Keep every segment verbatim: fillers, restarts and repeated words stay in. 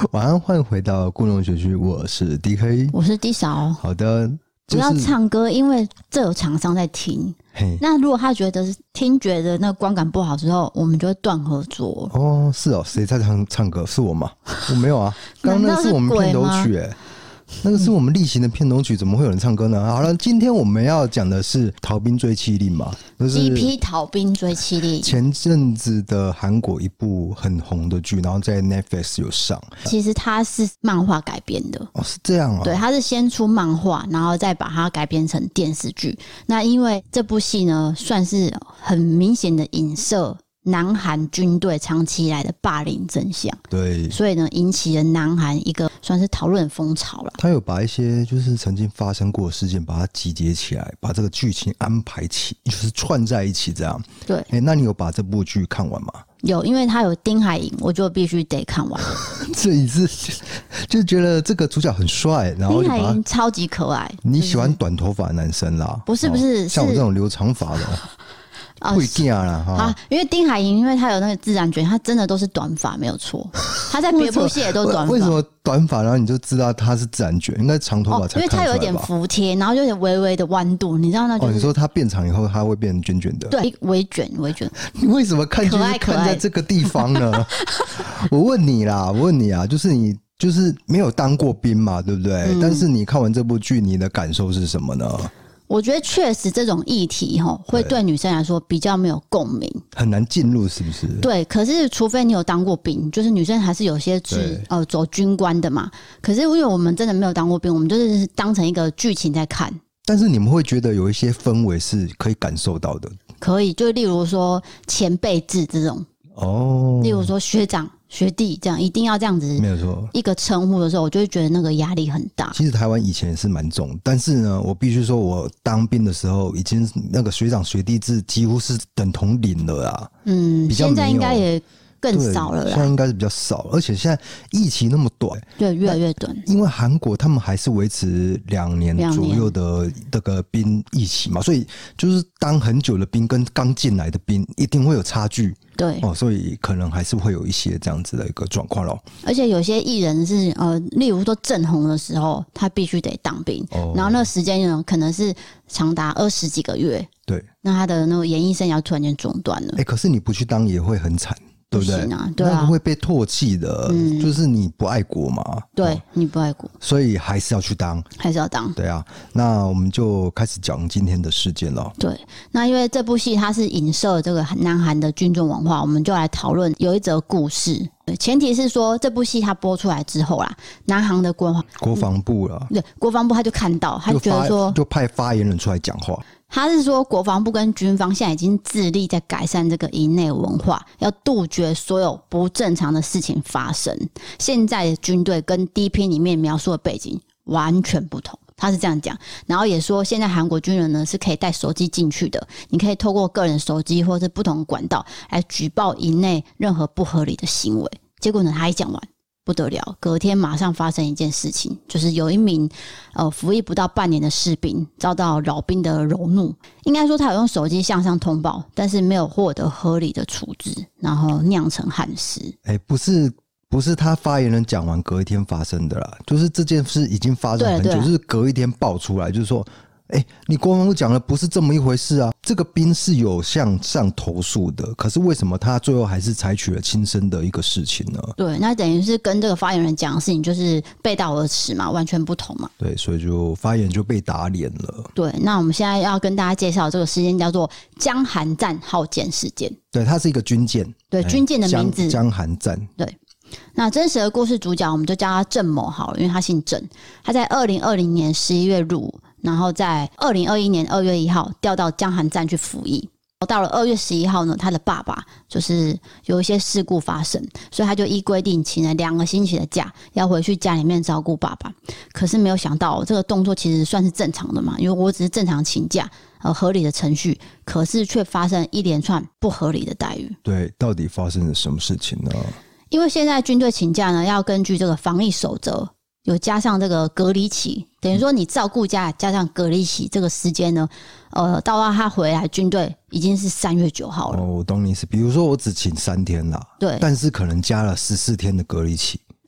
晚安，欢迎回到故弄玄虚，我是 D K， 我是 D 嫂。 好的， 不要唱歌，因为这有厂商在听。那如果他觉得听觉的那个观感不好之后，我们就会断合作。 哦，是哦，谁在唱唱歌？是我吗？我没有啊，刚刚那是我们片头曲哎、欸。那个是我们例行的片头曲，怎么会有人唱歌呢？好了，今天我们要讲的是《逃兵追妻令》嘛，就是 D P 逃兵追妻令， 前阵子的韩国一部很红的剧，然后在 Netflix 有上。 其实它是漫画改编的哦，是这样啊？ 对，它是先出漫画，然后再把它改编成电视剧。那因为这部戏呢，算是很明显的影射南韩军队长期以来的霸凌真相， 对， 所以呢，引起了南韩一个算是讨论风潮了。 他有把一些就是曾经发生过的事件，把它集结起来，把这个剧情安排起，就是串在一起这样。 对， 哎、欸，那你有把这部剧看完吗？ 有，因为他有丁海寅，我就必须得看完。 这一次就觉得这个主角很帅，然后丁海寅超级可爱。 你喜欢短头发的男生啦？ 不是不是， 哦、像我这种留长发的。会惊啦哈！ 好，因为丁海寅，因为他有那个自然卷，他真的都是短发，没有错。他在别部戏也都短发。 为什么短发，然后你就知道他是自然卷？应该长头发才看得出来吧、哦、 因为他有一点服帖，然后就有点微微的弯度，你知道那就是、 哦。你说他变长以后，他会变卷卷的？ 对，微卷微卷。 你为什么看剧是看在这个地方呢？我问你啦，我问你啊，就是你就是没有当过兵嘛，对不对？嗯、但是你看完这部剧，你的感受是什么呢？ 我觉得确实这种议题会对女生来说比较没有共鸣， 很难进入，是不是？ 对，可是除非你有当过兵，就是女生还是有些是呃走军官的嘛。可是因为我们真的没有当过兵，我们就是当成一个剧情在看。 但是你们会觉得有一些氛围是可以感受到的， 可以，就例如说前辈制这种哦，例如说学长。学弟这样一定要这样子， 没有错。一个称呼的时候，我就会觉得那个压力很大。 其实台湾以前也是蛮重，但是呢，我必须说，我当兵的时候，已经那个学长学弟制几乎是等同零了啊。嗯， 现在应该也更少了啦。 现在应该是比较少，而且现在役期那么短， 对，越来越短。 因为韩国他们还是维持两年左右的这个兵役期嘛，所以就是当很久的兵跟刚进来的兵一定会有差距。 对哦，所以可能还是会有一些这样子的一个状况咯。 而且有些艺人是呃，例如说正红的时候，他必须得当兵，哦、然后那个时间呢，可能是长达二十几个月。 对， 那他的那个演艺生涯突然间中断了。 哎、欸，可是你不去当也会很惨。对不对？ 不啊，对啊， 那会被唾弃的、嗯，就是你不爱国嘛。 对、 哦， 你不爱国， 所以还是要去当， 还是要当。 对啊，那我们就开始讲今天的事件了。 对，那因为这部戏它是影射这个南韩的军政文化，我们就来讨论有一则故事。前提是说这部戏它播出来之后啦，南韩的国国防部啦， 对，国防部他就看到，他就觉得说， 就派发言人出来讲话。 他是说，国防部跟军方现在已经致力在改善这个营内文化，要杜绝所有不正常的事情发生。现在的军队跟 D P 里面描述的背景完全不同。他是这样讲，然后也说现在韩国军人呢是可以带手机进去的，你可以透过个人手机或是不同管道来举报营内任何不合理的行为。结果呢，他一讲完不得了，隔天马上发生一件事情，就是有一名呃服役不到半年的士兵遭到老兵的柔怒，应该说他有用手机向上通报，但是没有获得合理的处置，然后酿成憾事。 哎、欸，不是。不是他发言人讲完隔一天发生的啦，就是这件事已经发生很久，就是隔一天爆出来，就是说，哎、欸，你国防部讲的不是这么一回事啊，这个兵是有向上投诉的，可是为什么他最后还是采取了轻生的一个事情呢？ 对，那等于是跟这个发言人讲的事情就是背道而驰嘛，完全不同嘛。 对，所以就发言人就被打脸了。 对，那我们现在要跟大家介绍这个事件叫做江韩战号舰事件。 对，它是一个军舰， 对，军舰的名字江韩战。 对。那真实的故事主角我们就叫他郑某好了，因为他姓郑。他在二零二零年十一月入伍，然后在二零二一年二月一号调到江韩站去服役。到了二月十一号呢，他的爸爸就是有一些事故发生，所以他就依规定请了两个星期的假，要回去家里面照顾爸爸。可是没有想到这个动作其实算是正常的嘛，因为我只是正常请假，呃，合理的程序，可是却发生一连串不合理的待遇。 对，到底发生了什么事情呢？ 因为现在军队请假呢，要根据这个防疫守则，有加上这个隔离期，等于说你照顾家加上隔离期这个时间呢，呃，到他回来军队已经是三月九号了。 哦，我懂你意思。比如说我只请三天啦， 对， 但是可能加了十四天的隔离期。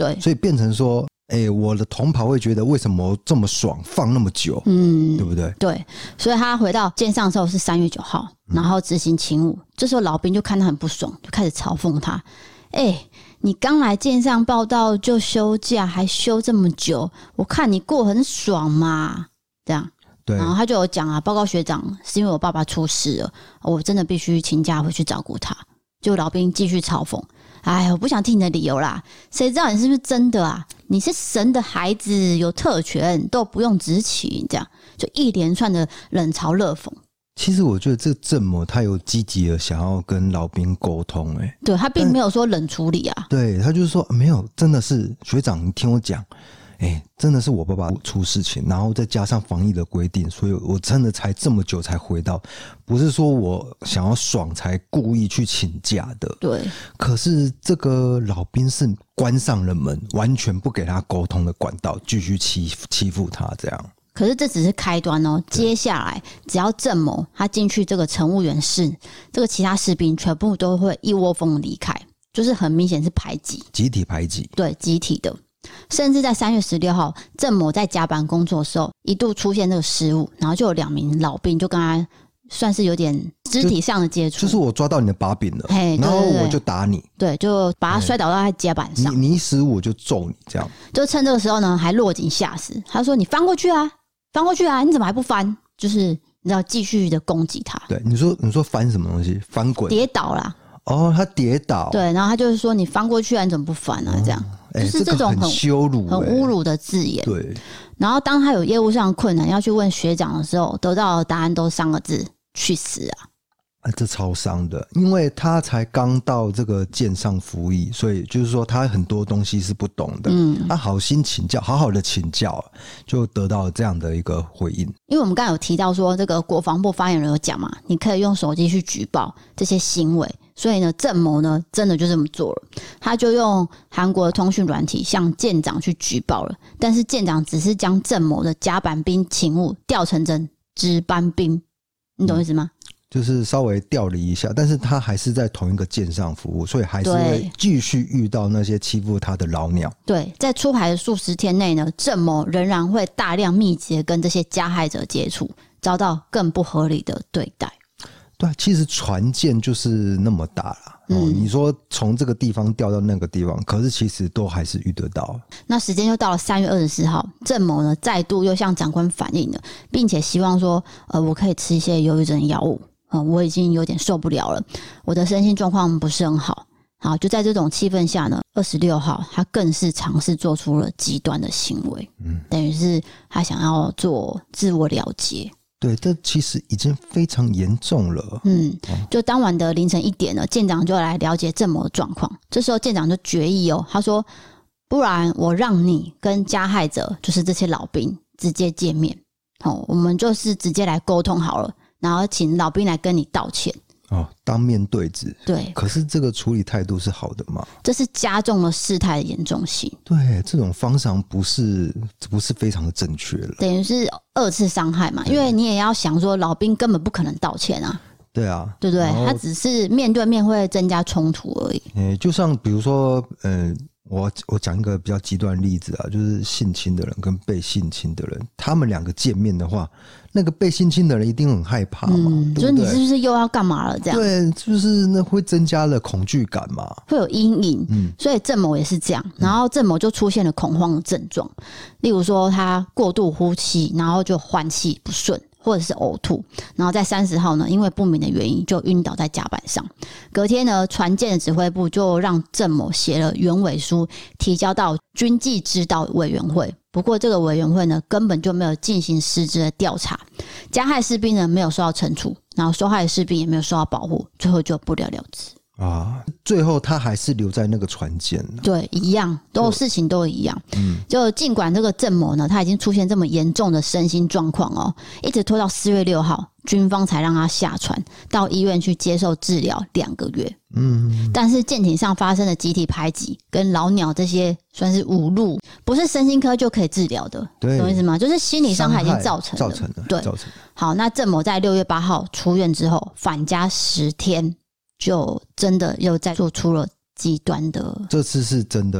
对， 所以变成说，哎、欸，我的同袍会觉得为什么这么爽，放那么久，嗯，对不对？ 对，所以他回到舰上的时候是三月九号，然后执行勤务、嗯，这时候老兵就看他很不爽，就开始嘲讽他，哎、欸，你刚来舰上报到就休假，还休这么久，我看你过很爽嘛，这样。 对， 然后他就有讲啊，报告学长，是因为我爸爸出事了，我真的必须请假回去照顾他。就老兵继续嘲讽，哎，我不想听你的理由啦，谁知道你是不是真的啊？你是神的孩子，有特权都不用执勤，这样就一连串的冷嘲热讽。 其实我觉得这个郑某他有积极的想要跟老兵沟通、欸，哎， 对他并没有说冷处理啊， 对他就是说没有，真的是学长，你听我讲。哎、欸，真的是我爸爸出事情，然后再加上防疫的规定，所以我真的才这么久才回到，不是说我想要爽才故意去请假的。 对， 可是这个老兵是关上了门，完全不给他沟通的管道，继续欺欺负他这样。 可是这只是开端哦，接下来只要郑某他进去这个乘务员室，这个其他士兵全部都会一窝蜂离开，就是很明显是排挤， 集体排挤， 对，集体的。甚至在三月十六号，郑某在加班工作的时候，一度出现这个失误，然后就有两名老兵就跟他算是有点肢体上的接触， 就, 就是我抓到你的把柄了，然后我就打你， 对，就把他摔倒到他甲板上， 你你一失误我就揍你，这样。 就趁这个时候呢，还落井下石，他说：“你翻过去啊，翻过去啊，你怎么还不翻？”就是你知道继续的攻击他。 对，你说你说翻什么东西？翻滚？ 跌倒啦。 哦，他跌倒。 对，然后他就是说：“你翻过去啊，你怎么不翻啊？”这样。 欸、 就是这种很、 很羞辱、 很侮辱的字眼。 对。 然后当他有业务上的困难要去问学长的时候，得到的答案都三个字：去死啊！ 啊，这超伤的，因为他才刚到这个舰上服役，所以就是说他很多东西是不懂的。嗯，他好心请教，好好的请教，就得到这样的一个回应。 因为我们刚才有提到说，这个国防部发言人有讲嘛，你可以用手机去举报这些行为。所以呢，郑某呢真的就这么做了，他就用韩国的通讯软体向舰长去举报了，但是舰长只是将郑某的甲板兵勤务调成成值班兵，你懂意思吗？ 嗯，就是稍微调离一下，但是他还是在同一个舰上服务，所以还是会继续遇到那些欺负他的老鸟。 对，在出海的数十天内呢，郑某仍然会大量密集的跟这些加害者接触，遭到更不合理的对待。 对，其实船舰就是那么大啦，嗯哦，你说从这个地方调到那个地方，可是其实都还是遇得到。 那时间就到了三月二十四号，郑某呢再度又向长官反映了，并且希望说，呃，我可以吃一些忧郁症药物，呃，我已经有点受不了了，我的身心状况不是很好。好，就在这种气氛下呢，二十六号他更是尝试做出了极端的行为，嗯，等于是他想要做自我了结。 对，这其实已经非常严重了。 嗯，就当晚的凌晨一点呢，舰长就来了解郑某的状况。这时候舰长就决议哦，他说：“不然我让你跟加害者，就是这些老兵直接见面，哦，我们就是直接来沟通好了，然后请老兵来跟你道歉。” 哦，当面对质。 对， 可是这个处理态度是好的吗？ 这是加重了事态的严重性。 对，这种方向不是不是非常的正确了， 等于是二次伤害嘛，因为你也要想说，老兵根本不可能道歉啊。 对啊， 对不对？他只是面对面会增加冲突而已。 欸，就像比如说，呃，我我讲一个比较极端的例子啊，就是性侵的人跟被性侵的人，他们两个见面的话，那个被性侵的人一定很害怕嘛，嗯， 对不对？就是你是不是又要干嘛了？这样对，就是那会增加了恐惧感嘛， 会有阴影。嗯，所以郑某也是这样，然后郑某就出现了恐慌的症状，例如说他过度呼吸，然后就换气不顺。或者是呕吐，然后在三十号呢，因为不明的原因就晕倒在甲板上。隔天呢，船舰的指挥部就让郑某写了原委书，提交到军纪指导委员会。不过这个委员会呢，根本就没有进行实质的调查，加害士兵呢没有受到惩处，然后受害的士兵也没有受到保护，最后就不了了之。 啊，最后他还是留在那个船舰。 对，一样，都事情都一样。嗯，就尽管这个郑某呢，他已经出现这么严重的身心状况哦，一直拖到四月六号，军方才让他下船到医院去接受治疗两个月。嗯，但是舰艇上发生的集体排挤跟老鸟这些算是侮辱，不是身心科就可以治疗的， 对， 懂意思吗？就是心理伤害已经造成了， 造成了， 对， 造成。 好，那郑某在六月八号出院之后，返家十天。就真的又再做出了极端的， 这次是真的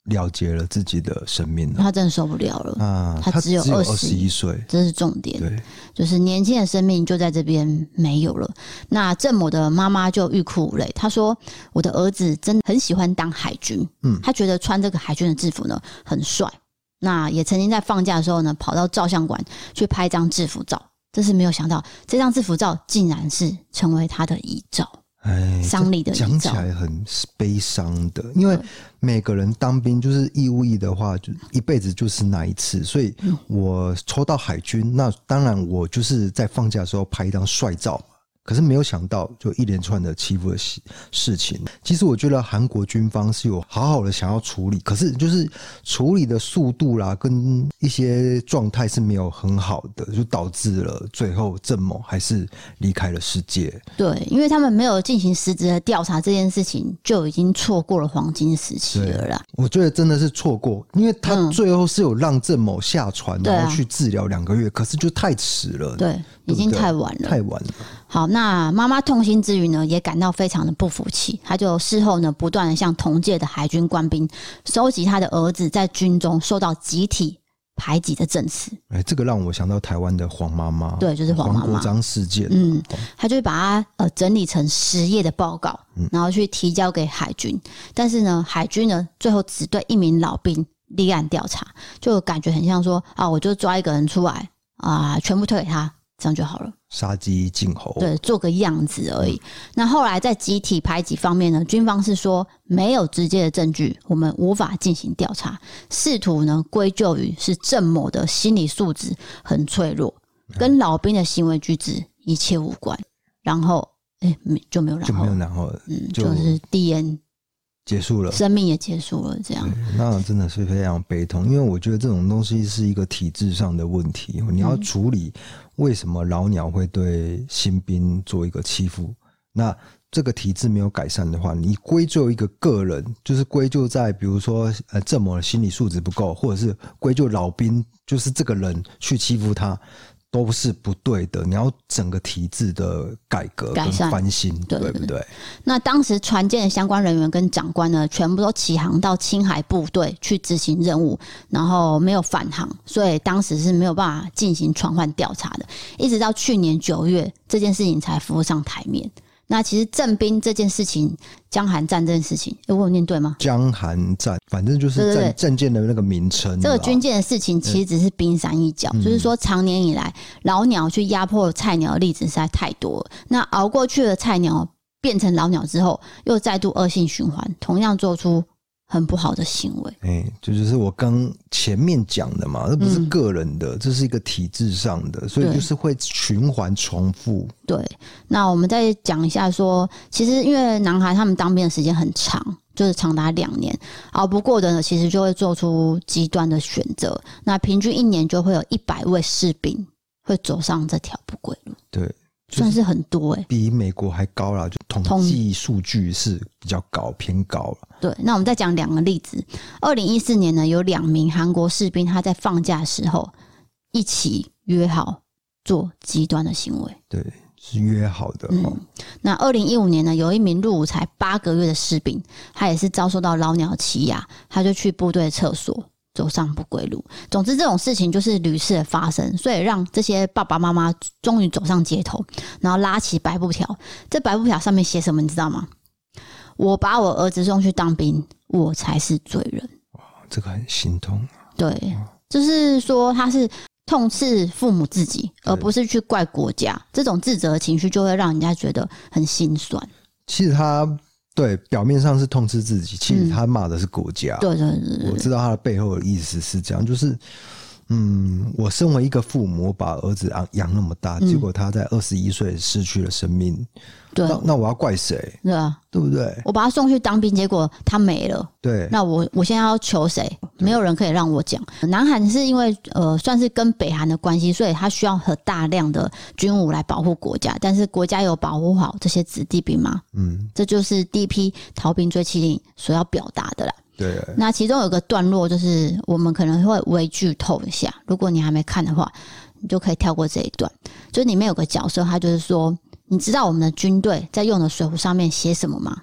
了结了自己的生命了。 他真的受不了了啊！他只有二十一岁，这是重点。对，就是年轻的生命就在这边没有了。那郑某的妈妈就欲哭无泪，她说：“我的儿子真的很喜欢当海军，嗯，他觉得穿这个海军的制服呢很帅。那也曾经在放假的时候呢，跑到照相馆去拍一张制服照。这是没有想到，这张制服照竟然是成为他的遗照。”哎，丧礼的遗照讲起来很悲伤的，因为每个人当兵就是义务役的话，就一辈子就是那一次，所以我抽到海军，那当然我就是在放假的时候拍一张帅照。可是没有想到，就一连串的欺负的事情。其实我觉得韩国军方是有好好的想要处理，可是就是处理的速度啦，跟一些状态是没有很好的，就导致了最后郑某还是离开了世界。 对，因为他们没有进行实质的调查，这件事情就已经错过了黄金时期了啦。 我觉得真的是错过，因为他最后是有让郑某下船，嗯、然后去治疗两个月，可是就太迟了。 对。已经太晚了， 太晚了。 好，那妈妈痛心之余呢，也感到非常的不服气。她就事后呢，不断的向同届的海军官兵收集他的儿子在军中受到集体排挤的证词。 哎、欸，这个让我想到台湾的黄妈妈， 对，就是黄妈妈黄国章事件。 嗯，他就会把它呃整理成十页的报告，然后去提交给海军。但是呢，海军呢最后只对一名老兵立案调查，就感觉很像说啊，我就抓一个人出来啊，全部推给他。这样就好了， 杀鸡儆猴， 对，做个样子而已。嗯、那后来在集体排挤方面呢，军方是说没有直接的证据，我们无法进行调查，试图呢归咎于是郑某的心理素质很脆弱，跟老兵的行为举止一切无关。然后，哎、欸，就没有然后， 就没有然后了， 嗯，就, 就是递烟结束了， 生命也结束了，这样。 那真的是非常悲痛，因为我觉得这种东西是一个体制上的问题，你要处理为什么老鸟会对新兵做一个欺负，那这个体制没有改善的话，你归咎一个个人，就是归咎在比如说呃郑某的心理素质不够，或者是归咎老兵，就是这个人去欺负他，都是不对的。你要整个体制的改革跟翻新，对不对？ 那当时船舰的相关人员跟长官呢，全部都起航到青海部队去执行任务，然后没有返航，所以当时是没有办法进行传唤调查的。一直到去年九月，这件事情才浮上台面。那其实郑兵这件事情，江韩战这件事情，我有念对吗？ 江韩战，反正就是战政舰的那个名称。 这个军舰的事情其实只是冰山一角，嗯、就是说长年以来老鸟去压迫菜鸟的例子实在太多了。那熬过去的菜鸟变成老鸟之后，又再度恶性循环，同样做出很不好的行为。 哎、欸，这就是我刚前面讲的嘛，这不是个人的，嗯、这是一个体制上的，所以就是会循环重复。 对，那我们再讲一下说，其实因为南韩他们当兵的时间很长，就是长达两年，熬不过的呢，其实就会做出极端的选择。那平均一年就会有一百位士兵会走上这条不归路。 对。 算是很多哎、欸， 比美国还高啦，就统计数据是比较高，偏高了。 对，那我们再讲两个例子。二零一四年呢，有两名韩国士兵他在放假的时候一起约好做极端的行为。 对，是约好的。嗯，哦、 那二零一五年呢，有一名入伍才八个月的士兵，他也是遭受到老鸟欺压，他就去部队厕所。走上不归路。总之这种事情就是屡次的发生，所以让这些爸爸妈妈终于走上街头，然后拉起白布条。这白布条上面写什么你知道吗？我把我儿子送去当兵，我才是罪人。 哇，这个很心痛。 对，就是说他是痛斥父母自己，而不是去怪国家。这种自责的情绪就会让人家觉得很心酸。 其实他对表面上是痛斥自己，其实他骂的是国家。嗯、对对对对，我知道他的背后的意思是这样，就是嗯，我身为一个父母，我把儿子养那么大，嗯、结果他在二十一岁失去了生命。对，那那我要怪谁？对啊，对不对？ 我把他送去当兵，结果他没了。对，那我我现在要求谁？没有人可以让我讲。南韩是因为呃算是跟北韩的关系，所以他需要很大量的军武来保护国家，但是国家有保护好这些子弟兵吗？嗯，这就是第一批逃兵追缉令所要表达的啦。对，那其中有个段落就是我们可能会微剧透一下，如果你还没看的话，你就可以跳过这一段。就是里面有个角色，他就是说，你知道我们的军队在用的水壶上面写什么吗？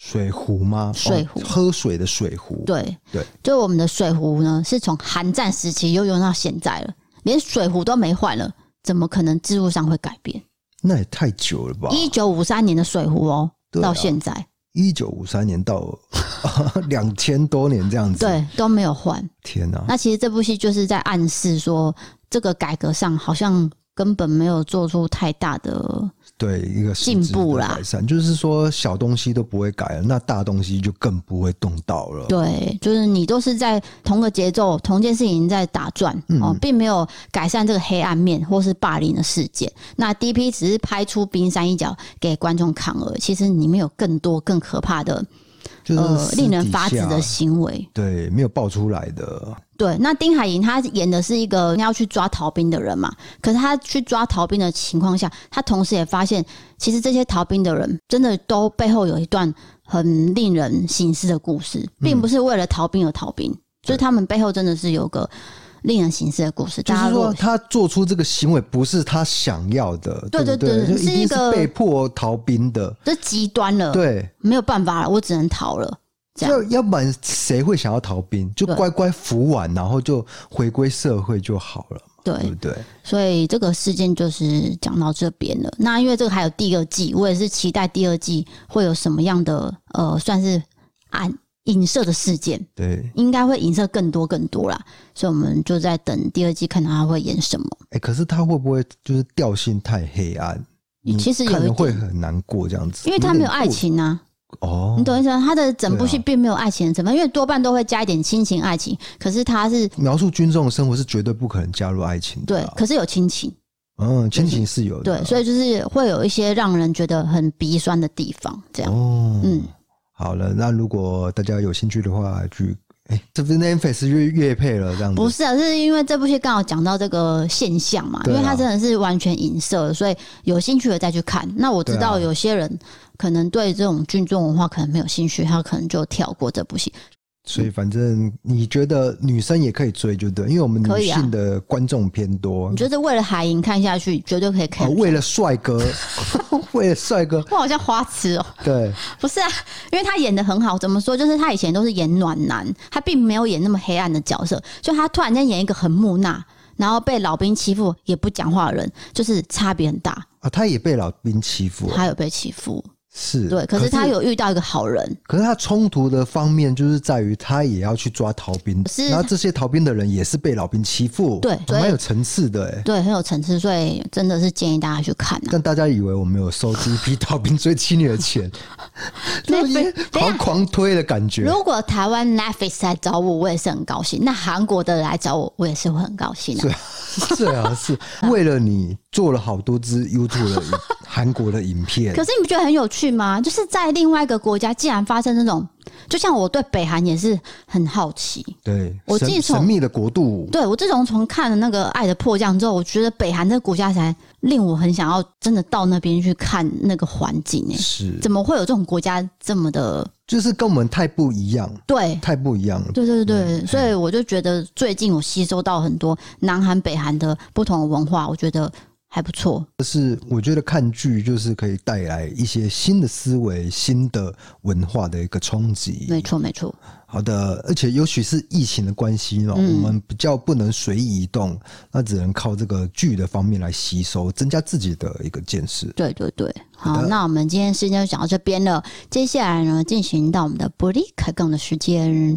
水壶吗？ 水壶、 哦，喝水的水壶。 对对， 就我们的水壶呢，是从韩战时期又用到现在了，连水壶都没换了，怎么可能制度上会改变？ 那也太久了吧？ 一九五三年的水壶哦， 啊、 到现在一九五三年到两千多年这样子， 对，都没有换。 天哪！ 那其实这部戏就是在暗示说，这个改革上好像根本没有做出太大的对一个进步啦， 改善，就是说小东西都不会改了，那大东西就更不会动到了。 对，就是你都是在同个节奏、同件事情在打转、嗯哦、并没有改善这个黑暗面或是霸凌的事件。那 D P 只是拍出冰山一角给观众看而已，其实里面有更多更可怕的。 就是呃，令人发指的行为， 对，没有爆出来的。 对，那丁海寅他演的是一个要去抓逃兵的人嘛，可是他去抓逃兵的情况下，他同时也发现，其实这些逃兵的人真的都背后有一段很令人省思的故事，并不是为了逃兵而逃兵，所以他们背后真的是有个令人省思的故事。 就是说，他做出这个行为不是他想要的， 对对 对, 对， 就一定是被迫逃兵的， 这极端了， 对， 没有办法了，我只能逃了。 要要不然谁会想要逃兵？就乖乖服完，然后就回归社会就好了， 对对不对？ 所以这个事件就是讲到这边了。那因为这个还有第二季，我也是期待第二季会有什么样的呃，算是暗影射的事件， 对， 应该会影射更多更多啦。所以我们就在等第二季，看他会演什么。 哎、欸，可是他会不会就是调性太黑暗？ 其实有一点会很难过这样子， 因为他没有爱情啊。 哦， 你懂意思吗？他的整部戏并没有爱情的成分、啊，因为多半都会加一点亲情、爱情。可是他是描述军中的生活，是绝对不可能加入爱情的、 啊。对，可是有亲情。 嗯，亲情是有的。 对，所以就是会有一些让人觉得很鼻酸的地方。这样， 哦， 嗯， 好了，那如果大家有兴趣的话，去。哎、欸，这不是 Netflix 越越配了这样子？ 不是啊，是因为这部戏刚好讲到这个现象嘛、啊，因为它真的是完全影射，所以有兴趣的再去看。那我知道有些人可能对这种军中文化可能没有兴趣，他可能就跳过这部戏。 所以反正你觉得女生也可以追就对，因为我们女性的观众偏多。 啊、你觉得为了海银看下去绝对可以看、 哦、为了帅哥为了帅哥我好像花痴哦。 对， 不是啊，因为他演得很好，怎么说，就是他以前都是演暖男，他并没有演那么黑暗的角色，就他突然间演一个很木讷然后被老兵欺负也不讲话的人，就是差别很大啊。他也被老兵欺负、啊、 他有被欺负， 是对，可是他有遇到一个好人。 可是他冲突的方面就是在于他也要去抓逃兵，然后这些逃兵的人也是被老兵欺负， 对， 蛮有层次的哎， 对，很有层次，所以真的是建议大家去看、啊。 但大家以为我们有收第一批逃兵追妻女的钱，就是狂狂推的感觉。 如果台湾 Netflix 来找我，我也是很高兴；那韩国的来找我，我也是会很高兴啊。 是啊，是为了你做了好多支 YouTube 的韩国的影片。 可是你不觉得很有趣吗？就是在另外一个国家，竟然发生这种，就像我对北韩也是很好奇。 对， 我自从神秘的国度。 对，我自从从看了那个《爱的迫降》之后，我觉得北韩这个国家才令我很想要真的到那边去看那个环境。哎， 是怎么会有这种国家这么的？ 就是跟我们太不一样， 对， 太不一样了。 对对对，嗯、所以我就觉得最近我吸收到很多南韩、北韩的不同的文化，我觉得还不错。 就是我觉得看剧就是可以带来一些新的思维、新的文化的一个冲击。 没错，没错。 好的，而且尤其是疫情的关系呢、嗯，我们比较不能随意移动，那只能靠这个剧的方面来吸收，增加自己的一个见识。 对对对，好，那我们今天时间就讲到这边了，接下来呢，进行到我们的玻璃开杠的时间。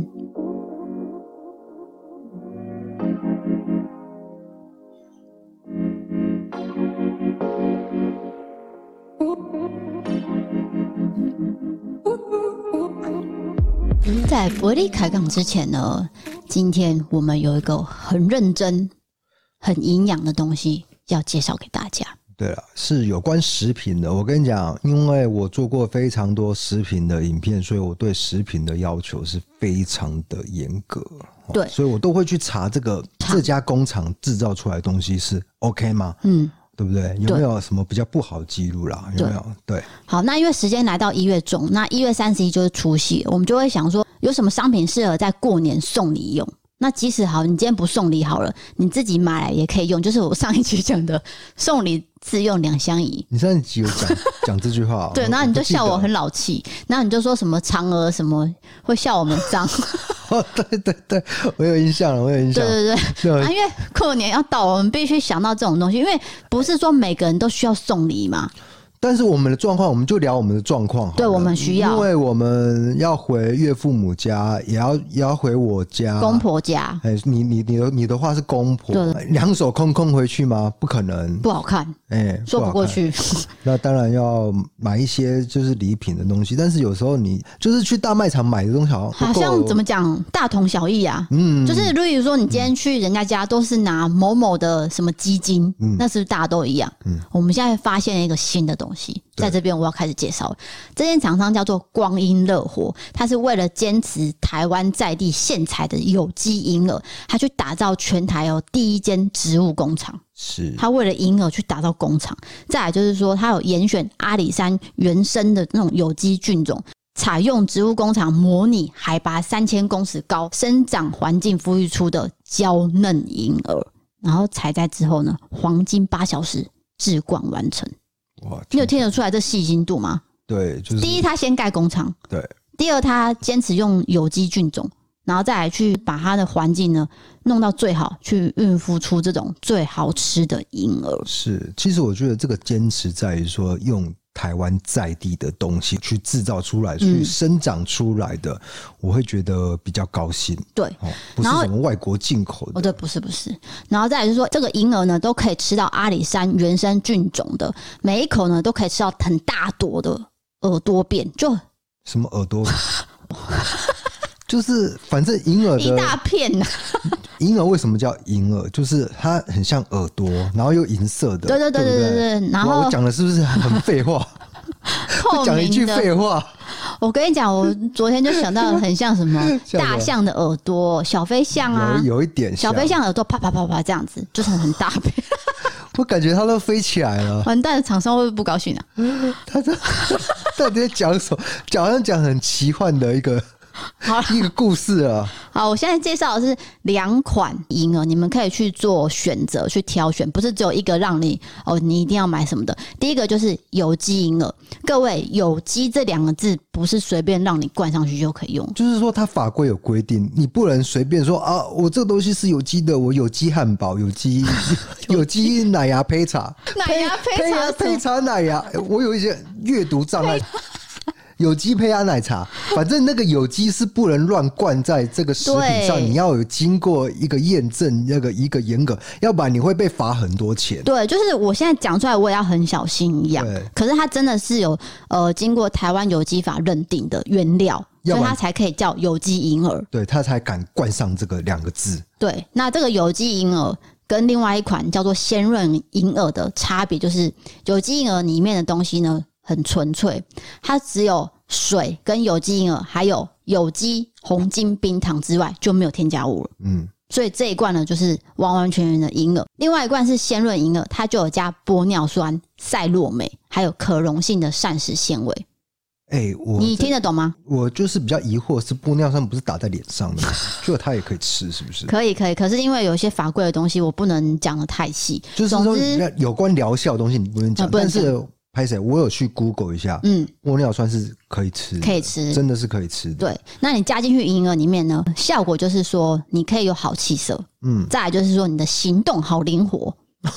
在玻璃开杠之前呢，今天我们有一个很认真、很营养的东西要介绍给大家。 对了，是有关食品的。我跟你讲，因为我做过非常多食品的影片，所以我对食品的要求是非常的严格。 对， 所以我都会去查这个这家工厂制造出来的东西是 OK 吗？嗯。对不对？有没有什么比较不好的记录啦？有没有？对， 好，那因为时间来到一月中，那一月三十一就是除夕，我们就会想说，有什么商品适合在过年送礼用？ 那即使好，你今天不送礼好了，你自己买来也可以用。就是我上一期讲的，送礼自用两相宜。 你上一集有讲讲这句话、哦， 对，然后你就笑我很老气，然后你就说什么嫦娥什么会笑我们脏。 哦，对对对，我有印象了，我有印象。 对对对，啊，因为过年要到，我们必须想到这种东西，因为不是说每个人都需要送礼嘛。 但是我们的状况，我们就聊我们的状况。 对，我们需要， 因为我们要回岳父母家，也要也要回我家公婆家。 哎、欸，你你你的你的话是公婆，两手空空回去吗？不可能， 不好看。哎、 欸， 说不过去。 那当然要买一些就是礼品的东西，但是有时候你就是去大卖场买的东西好像好像怎么讲，大同小异啊。嗯，就是例如说你今天去人家家都是拿某某的什么基金，嗯、那是不是大家都一样？嗯，我们现在发现了一个新的东西。在这边我要开始介绍了，这间厂商叫做光阴乐活，它是为了坚持台湾在地现采的有机银耳，它去打造全台有第一间植物工厂。 是， 它为了银耳去打造工厂。再来就是说，它有严选阿里山原生的那种有机菌种，采用植物工厂模拟海拔三千公尺高生长环境孵育出的娇嫩银耳，然后采摘之后呢，黄金八小时制罐完成。你有听得出来这细心度吗？ 对，就是第一，他先盖工厂； 对， 第二，他坚持用有机菌种，然后再来去把它的环境呢弄到最好，去孕孵出这种最好吃的银耳。 是，其实我觉得这个坚持在于说用台湾在地的东西去制造出来、去生长出来的，嗯、我会觉得比较高兴。 对， 哦、不是什么外国进口的。 哦，对，不是不是。然后再来就是说，这个银耳呢，都可以吃到阿里山原生菌种的，每一口呢都可以吃到很大朵的耳朵变，就什么耳朵？就是反正银耳的一大片呐、啊。 银耳为什么叫银耳？就是它很像耳朵，然后又银色的。 对对对对对 对, 对。然后我讲的是不是很废话？讲一句废话。 我跟你讲，我昨天就想到很像什么大象的耳朵、小飞象啊， 有, 有一点像小飞象耳朵啪啪啪啪这样子，就是很大片。 我感觉它都飞起来了。 完蛋了，厂商会不会不高兴啊？ 他这到底在讲什么？好像讲很奇幻的一个。好一个故事啊！ 好，我现在介绍的是两款银耳，你们可以去做选择，去挑选，不是只有一个让你哦，你一定要买什么的。第一个就是有机银耳，各位，有机这两个字不是随便让你灌上去就可以用， 就是说它法规有规定，你不能随便说啊，我这个东西是有机的，我有机汉堡、有机有机奶牙胚茶、 奶牙胚茶、 胚茶奶牙，我有一些阅读障碍。有机胚芽奶茶，反正那个有机是不能乱灌在这个食品上，你要有经过一个验证，那个一个严格，要不然你会被罚很多钱。 对，就是我现在讲出来，我也要很小心一样。可是它真的是有呃经过台湾有机法认定的原料，所以它才可以叫有机银耳。 对，它才敢冠上这个两个字。 对，那这个有机银耳跟另外一款叫做鲜润银耳的差别，就是有机银耳里面的东西呢，很纯粹，它只有水跟有机银耳还有有机红金冰糖之外就没有添加物了。嗯，所以这一罐呢就是完完全全的银耳。另外一罐是鲜润银耳，它就有加玻尿酸、赛洛美还有可溶性的膳食纤维。 欸，我你听得懂吗？ 我就是比较疑惑，是玻尿酸不是打在脸上的吗？结果它也可以吃，是不是？ 可以可以，可是因为有一些法规的东西我不能讲得太细， 就是说有关疗效的东西你不能讲，呃、但是拍谁？我有去 Google 一下，嗯，玻尿酸是可以吃的， 可以吃， 真的是可以吃的。 对，那你加进去银耳里面呢，效果就是说你可以有好气色，嗯，再来就是说你的行动好灵活。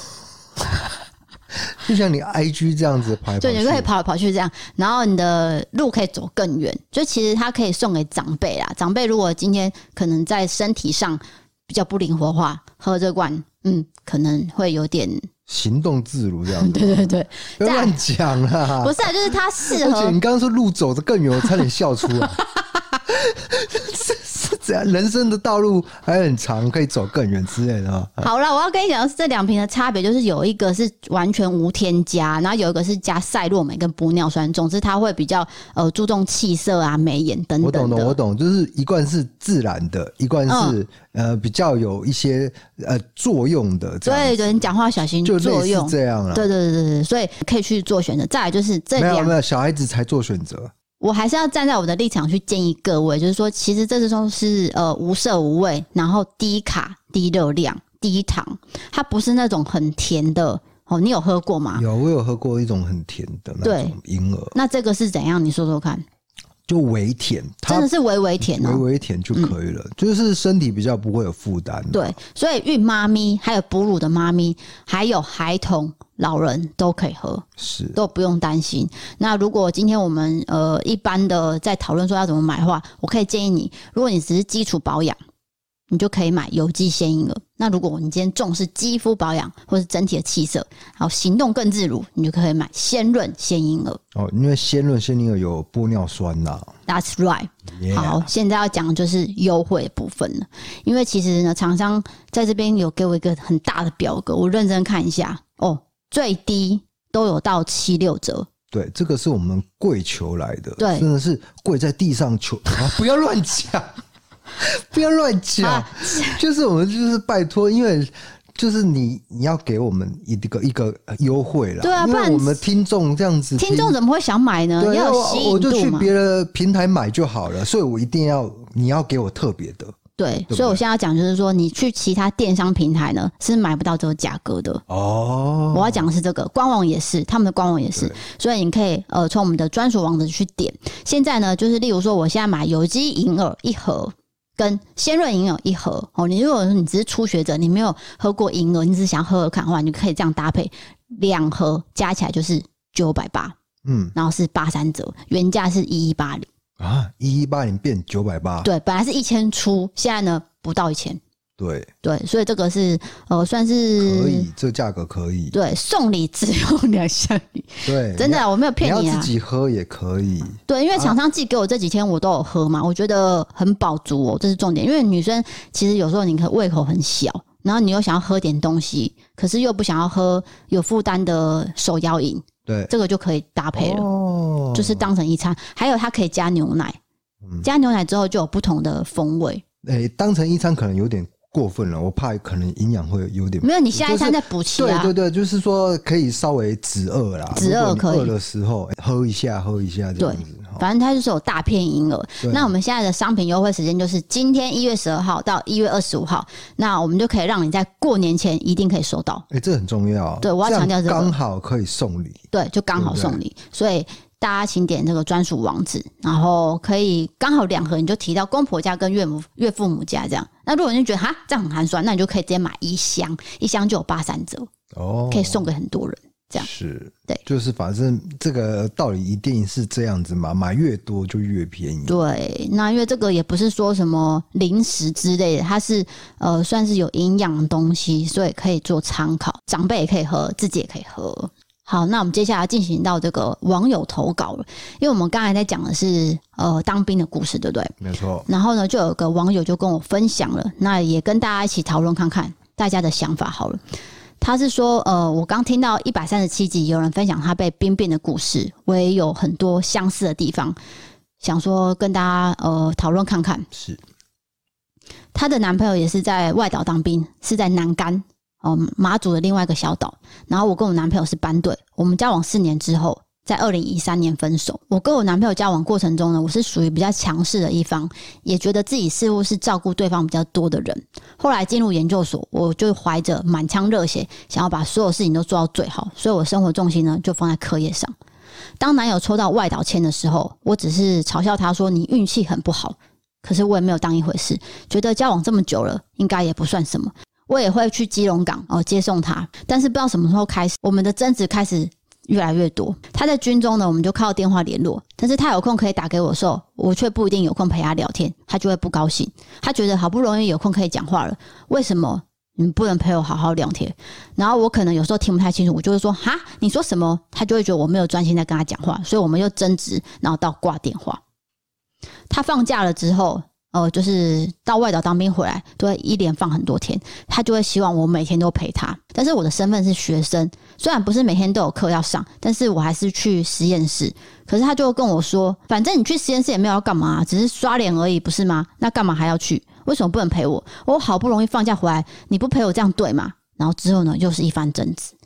就像你 I G 这样子跑来跑去， 对，你可以跑来跑去这样，然后你的路可以走更远。就其实它可以送给长辈啦，长辈如果今天可能在身体上比较不灵活的话，喝这罐，嗯，可能会有点行动自如这样子。 对对对， 不要乱讲啦。 不是啊，就是它适合。 而且你刚刚说路走得更远，我差点笑出来。是是这样，人生的道路还很长，可以走更远之类的。 好了，我要跟你讲的是这两瓶的差别，就是有一个是完全无添加，然后有一个是加赛洛美跟玻尿酸，总之它会比较呃注重气色啊、美颜等等的。 我懂懂，我懂，就是一罐是自然的，一罐是、嗯、呃比较有一些呃作用的。 对对，你讲话小心， 就类似这样啦。 对对对对对，所以可以去做选择。再来就是这两， 没有没有，小孩子才做选择。 我还是要站在我的立场去建议各位，就是说其实这种是呃无色无味，然后低卡低热量低糖，它不是那种很甜的哦。你有喝过吗？ 有，我有喝过一种很甜的那种银耳。 那这个是怎样？你说说看。 就微甜， 真的是微微甜哦， 微微甜就可以了、嗯、就是身体比较不会有负担、啊。 对，所以孕妈咪还有哺乳的妈咪还有孩童老人都可以喝， 是都不用担心。那如果今天我们呃一般的在讨论说要怎么买的话，我可以建议你，如果你只是基础保养，你就可以买有机鲜婴儿。那如果你今天重视肌肤保养或是整体的气色，然后行动更自如，你就可以买鲜润鲜婴儿。 哦，因为鲜润鲜婴儿有玻尿酸呐、啊。 That's right、yeah. 好，现在要讲的就是优惠的部分了。因为其实呢，厂商在这边有给我一个很大的表格，我认真看一下哦，最低都有到七六折。 对，这个是我们跪求来的， 对， 真的是跪在地上求，啊、不要乱讲。不要乱讲、啊，就是我们就是拜托，因为就是你你要给我们一个一个优惠啦， 对啊， 因为我们听众这样子， 听众怎么会想买呢？ 对， 要有吸引度嘛， 我就去别的平台买就好了，所以我一定要你要给我特别的。 对， 对对， 所以我现在要讲就是说，你去其他电商平台呢是买不到这个价格的哦。我要讲的是这个官网也是，他们的官网也是，所以你可以呃从我们的专属网址去点。现在呢，就是例如说，我现在买有机银耳一盒。跟鲜润银耳一盒哦，你如果你只是初学者，你没有喝过银耳，你只是想喝喝看的话，你就可以这样搭配，两盒加起来就是九百八，嗯，然后是八三折，原价是一一八零啊，一一八零变九百八， 对，本来是一千出，现在呢不到一千。 对对，所以这个是呃算是可以，这个价格可以。 对，送礼只有两项礼。 对， 真的、啊、我没有骗你啊。 你要自己喝也可以。 对，因为厂商寄给我这几天我都有喝嘛，我觉得很饱足哦，这是重点。因为女生其实有时候你可胃口很小，然后你又想要喝点东西，可是又不想要喝有负担的手摇饮， 对， 这个就可以搭配了，哦、就是当成一餐。还有它可以加牛奶，嗯、加牛奶之后就有不同的风味。 欸、当成一餐可能有点过分了，我怕可能营养会有点没有，你下一餐再补齐啊。 对对对，就是说可以稍微止饿啦， 止饿可以。 饿的时候喝一下，喝一下这样子。 反正它就是有大片银耳。那我们现在的商品优惠时间就是今天一月十二号到一月二十五号，那我们就可以让你在过年前一定可以收到。 哎、欸，这很重要。 对，我要强调这个， 刚好可以送礼。 对，就刚好送礼，所以。大家请点这个专属网址，然后可以刚好两盒，你就提到公婆家跟岳母岳父母家这样。那如果你觉得哈这样很寒酸，那你就可以直接买一箱，一箱就有八三折哦，可以送给很多人。这样是， 对， 就是反正这个道理一定是这样子嘛，买越多就越便宜。 对，那因为这个也不是说什么零食之类的，它是呃算是有营养的东西，所以可以做参考，长辈也可以喝，自己也可以喝。好，那我们接下来进行到这个网友投稿了，因为我们刚才在讲的是呃当兵的故事，对不对？ 没错。 然后呢，就有个网友就跟我分享了，那也跟大家一起讨论看看大家的想法好了。他是说，呃，我刚听到一百三十七集有人分享他被兵变的故事，我也有很多相似的地方，想说跟大家呃讨论看看。 是， 她的男朋友也是在外岛当兵，是在南竿。哦，马祖的另外一个小岛，然后我跟我男朋友是班队，我们交往四年之后，在二零一三年分手。我跟我男朋友交往过程中呢，我是属于比较强势的一方，也觉得自己似乎是照顾对方比较多的人。后来进入研究所，我就怀着满腔热血，想要把所有事情都做到最好，所以我生活重心呢就放在课业上。当男友抽到外岛签的时候，我只是嘲笑他说你运气很不好，可是我也没有当一回事，觉得交往这么久了，应该也不算什么。我也会去基隆港哦接送他，但是不知道什么时候开始，我们的争执开始越来越多。他在军中呢，我们就靠电话联络，但是他有空可以打给我的时候，我却不一定有空陪他聊天，他就会不高兴。他觉得好不容易有空可以讲话了，为什么你不能陪我好好聊天？然后我可能有时候听不太清楚，我就会说哈，你说什么？他就会觉得我没有专心在跟他讲话，所以我们又争执，然后到挂电话。他放假了之后。呃，就是到外岛当兵回来，都会一连放很多天，他就会希望我每天都陪他。但是我的身份是学生，虽然不是每天都有课要上，但是我还是去实验室。可是他就跟我说，反正你去实验室也没有要干嘛，只是刷脸而已，不是吗？那干嘛还要去？为什么不能陪我？我好不容易放假回来，你不陪我这样对吗？然后之后呢，又是一番争执。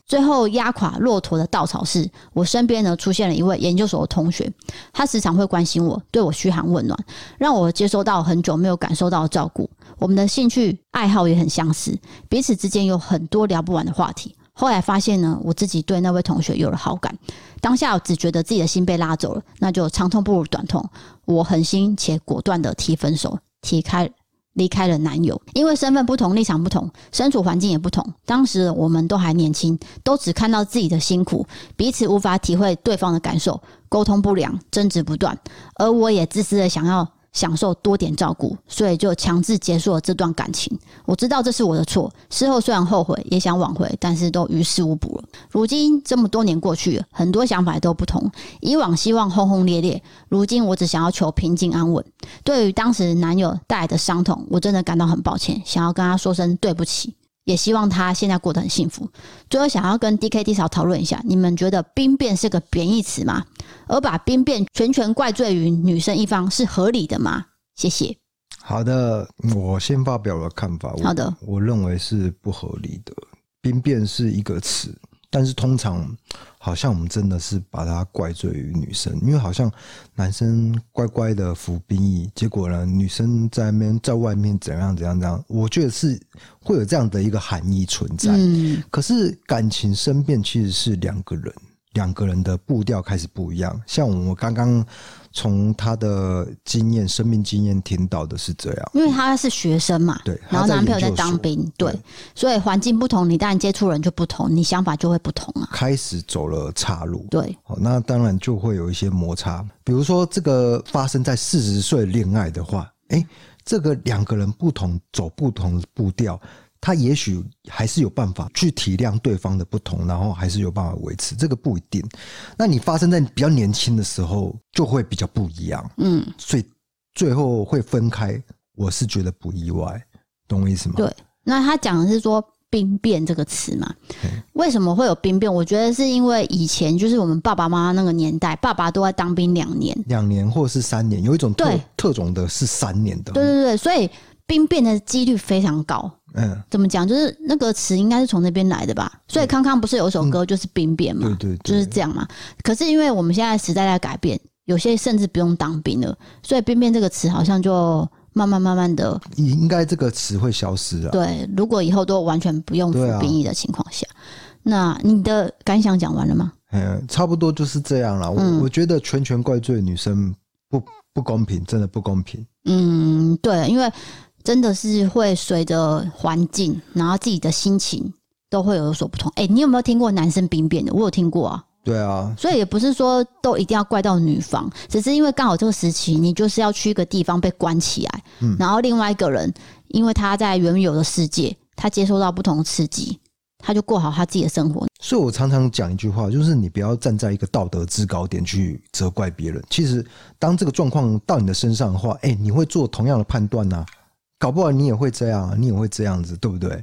最后压垮骆驼的稻草是，我身边呢出现了一位研究所的同学，他时常会关心我，对我嘘寒问暖，让我接收到很久没有感受到的照顾。我们的兴趣爱好也很相似，彼此之间有很多聊不完的话题。后来发现呢，我自己对那位同学有了好感，当下我只觉得自己的心被拉走了，那就长痛不如短痛，我狠心且果断的提分手，提开离开了男友。因为身份不同，立场不同，身处环境也不同，当时我们都还年轻，都只看到自己的辛苦，彼此无法体会对方的感受，沟通不良，争执不断，而我也自私的想要享受多点照顾，所以就强制结束了这段感情。我知道这是我的错，事后虽然后悔，也想挽回，但是都于事无补了。如今这么多年过去了，很多想法都不同。以往希望轰轰烈烈，如今我只想要求平静安稳。对于当时男友带来的伤痛，我真的感到很抱歉，想要跟他说声对不起，也希望他现在过得很幸福。最后想要跟 D K D 嫂讨论一下，你们觉得兵变是个贬义词吗？而把兵变全权怪罪于女生一方是合理的吗？谢谢。 好的，我先发表了看法。 好的， 我认为是不合理的。兵变是一个词，但是通常好像我们真的是把它怪罪于女生，因为好像男生乖乖的服兵役，结果呢，女生在那边在外面怎样怎样怎样，我觉得是会有这样的一个含义存在。嗯，可是感情生变其实是两个人。两个人的步调开始不一样，像我刚刚从他的经验、生命经验听到的是这样， 因为他是学生嘛， 对， 然后男朋友在当兵，对，对，所以环境不同，你当然接触人就不同，你想法就会不同啊。 开始走了岔路， 对， 那当然就会有一些摩擦。比如说，这个发生在四十岁恋爱的话，哎，这个两个人不同，走不同的步调。他也许还是有办法去体谅对方的不同，然后还是有办法维持，这个不一定。那你发生在比较年轻的时候，就会比较不一样，嗯，所以最后会分开，我是觉得不意外，懂我意思吗？ 对，那他讲的是说兵变这个词嘛，为什么会有兵变？我觉得是因为以前就是我们爸爸妈妈那个年代，爸爸都在当兵两年， 两年或是三年，有一种 特, 特种的是三年的， 对对对，所以兵变的几率非常高。 嗯， 怎么讲？就是那个词应该是从那边来的吧？所以康康不是有一首歌就是兵变嘛、嗯，对对对，就是这样嘛。可是因为我们现在时代在改变，有些甚至不用当兵了，所以兵变这个词好像就慢慢慢慢的， 应该这个词会消失啊。 对，如果以后都完全不用服兵役的情况下，啊、那你的感想讲完了吗？ 嗯，差不多就是这样啦。嗯、我我觉得全权怪罪女生不不公平，真的不公平。 嗯，对，因为。真的是会随着环境，然后自己的心情都会有所不同。哎、欸，你有没有听过男生兵变的？我有听过啊。 对啊， 所以也不是说都一定要怪到女方，只是因为刚好这个时期，你就是要去一个地方被关起来，嗯、然后另外一个人，因为他在原有的世界，他接受到不同的刺激，他就过好他自己的生活。 所以我常常讲一句话，就是你不要站在一个道德制高点去责怪别人。其实，当这个状况到你的身上的话，哎、欸，你会做同样的判断啊。搞不好你也会这样，你也会这样子，对不对？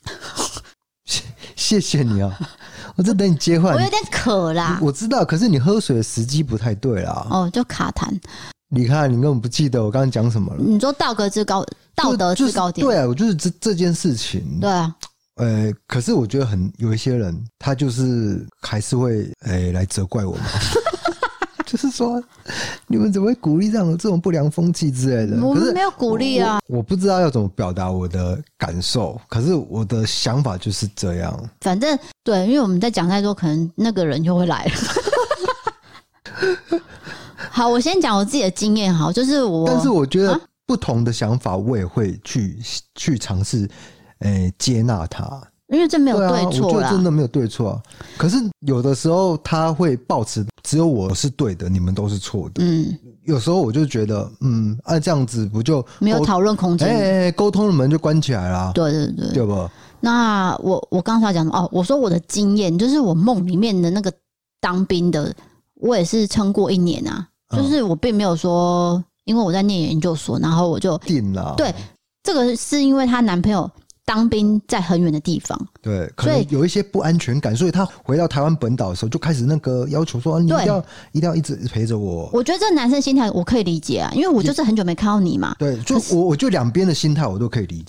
谢谢你啊，我在等你接话。 我有点渴啦， 我知道，可是你喝水的时机不太对啦。 哦，就卡痰。 你看，你根本不记得我刚刚讲什么了。 你说道德制高，道德制高点， 就是、对啊，我就是这这件事情。 对啊。 呃，可是我觉得很有一些人，他就是还是会呃来责怪我们。就是说，你们怎么会鼓励这样这种不良风气之类的？ 我们没有鼓励啊我。我不知道要怎么表达我的感受，可是我的想法就是这样。 反正对，因为我们在讲太多，可能那个人就会来了。好，我先讲我自己的经验，好，就是我。 但是我觉得不同的想法，我也会去、啊、去尝试，诶、接纳它。 因为这没有对错啦， 啊、我觉得真的没有对错啊。可是有的时候他会抱持只有我是对的，你们都是错的。嗯，有时候我就觉得，嗯，按、啊、这样子不就没有讨论空间？ 哎哎，沟通的门就关起来了。 对对对， 对吧？ 那我我刚才讲哦，我说我的经验就是我梦里面的那个当兵的，我也是撑过一年啊。嗯、就是我并没有说，因为我在念研究所，然后我就定了。 对，这个是因为她男朋友。当兵在很远的地方， 对，可能有一些不安全感，所以他回到台湾本岛的时候就开始那个要求说，啊、你一定要一定要一直陪着我。 我觉得这个男生心态我可以理解啊，因为我就是很久没看到你嘛。 对，就我我就两边的心态我都可以理解。 对，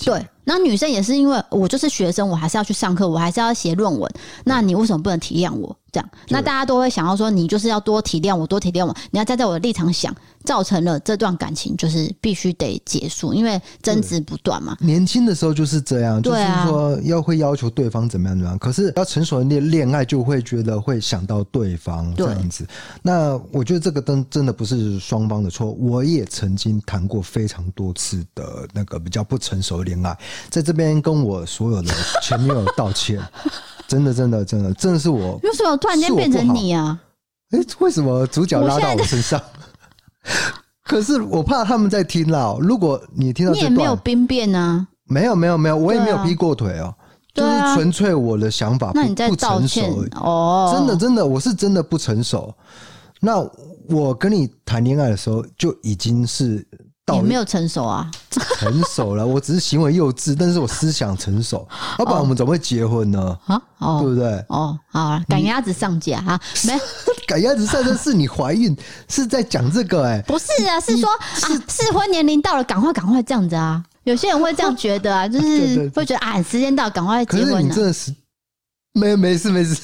那女生也是因为我就是学生，我还是要去上课，我还是要写论文，那你为什么不能体谅我？这样，那大家都会想要说，你就是要多体谅我，多体谅我，你要站在我的立场想，造成了这段感情就是必须得结束，因为争执不断嘛。 年轻的时候就是这样，就是说要会要求对方怎么样怎么样，可是要成熟的恋爱就会觉得会想到对方这样子。那我觉得这个真真的不是双方的错，我也曾经谈过非常多次的那个比较不成熟的恋爱，在这边跟我所有的前女友道歉。真的真的真的真的是我， 为什么突然间变成你啊？ 哎、欸，为什么主角拉到我身上？可是我怕他们在听啦。如果你听到这段， 你也没有兵变啊？ 没有没有没有，我也没有劈过腿哦、喔啊，就是纯粹我的想法不。 那你在道歉哦？ 真的真的，我是真的不成熟。那我跟你谈恋爱的时候就已经是。 也没有成熟啊， 成熟了，我只是行为幼稚，但是我思想成熟，要不然我们怎么会结婚呢？啊，哦，对不对？ 哦，好，赶鸭子上架啊，没赶鸭子上架是你怀孕，是在讲这个哎、欸， 不是啊，是说啊，适婚年龄到了，赶快赶快这样子啊，有些人会这样觉得啊，就是会觉得啊，时间到，赶快结婚、啊。 可是你真的是没没事没事，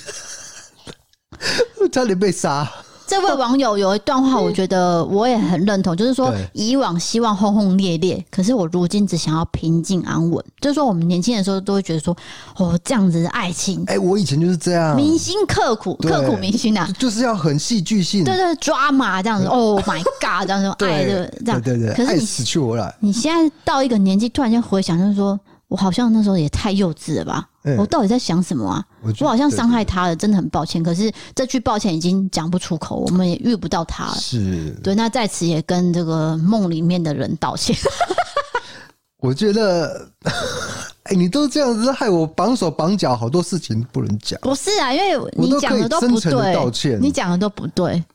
差点被杀。 这位网友有一段话，我觉得我也很认同，就是说以往希望轰轰烈烈，可是我如今只想要平静安稳。就是说我们年轻的时候都会觉得说，哦，这样子的爱情， 哎、欸，我以前就是这样， 铭心刻苦，刻苦铭心啊， 就是要很戏剧性， 对对，抓马这样子。Oh my god， 这样子爱的这样， 对对对， 可是你爱死去活来， 你现在到一个年纪，突然间回想，就是说我好像那时候也太幼稚了吧。欸、我到底在想什么啊？我, 我好像伤害他了，真的很抱歉。可是这句抱歉已经讲不出口，我们也遇不到他了。 是， 对，那在此也跟这个梦里面的人道歉。 我觉得，哎、欸，你都这样子，害我绑手绑脚，好多事情不能讲。 不是啊，因为你讲的都不对， 道歉， 你讲的都不对。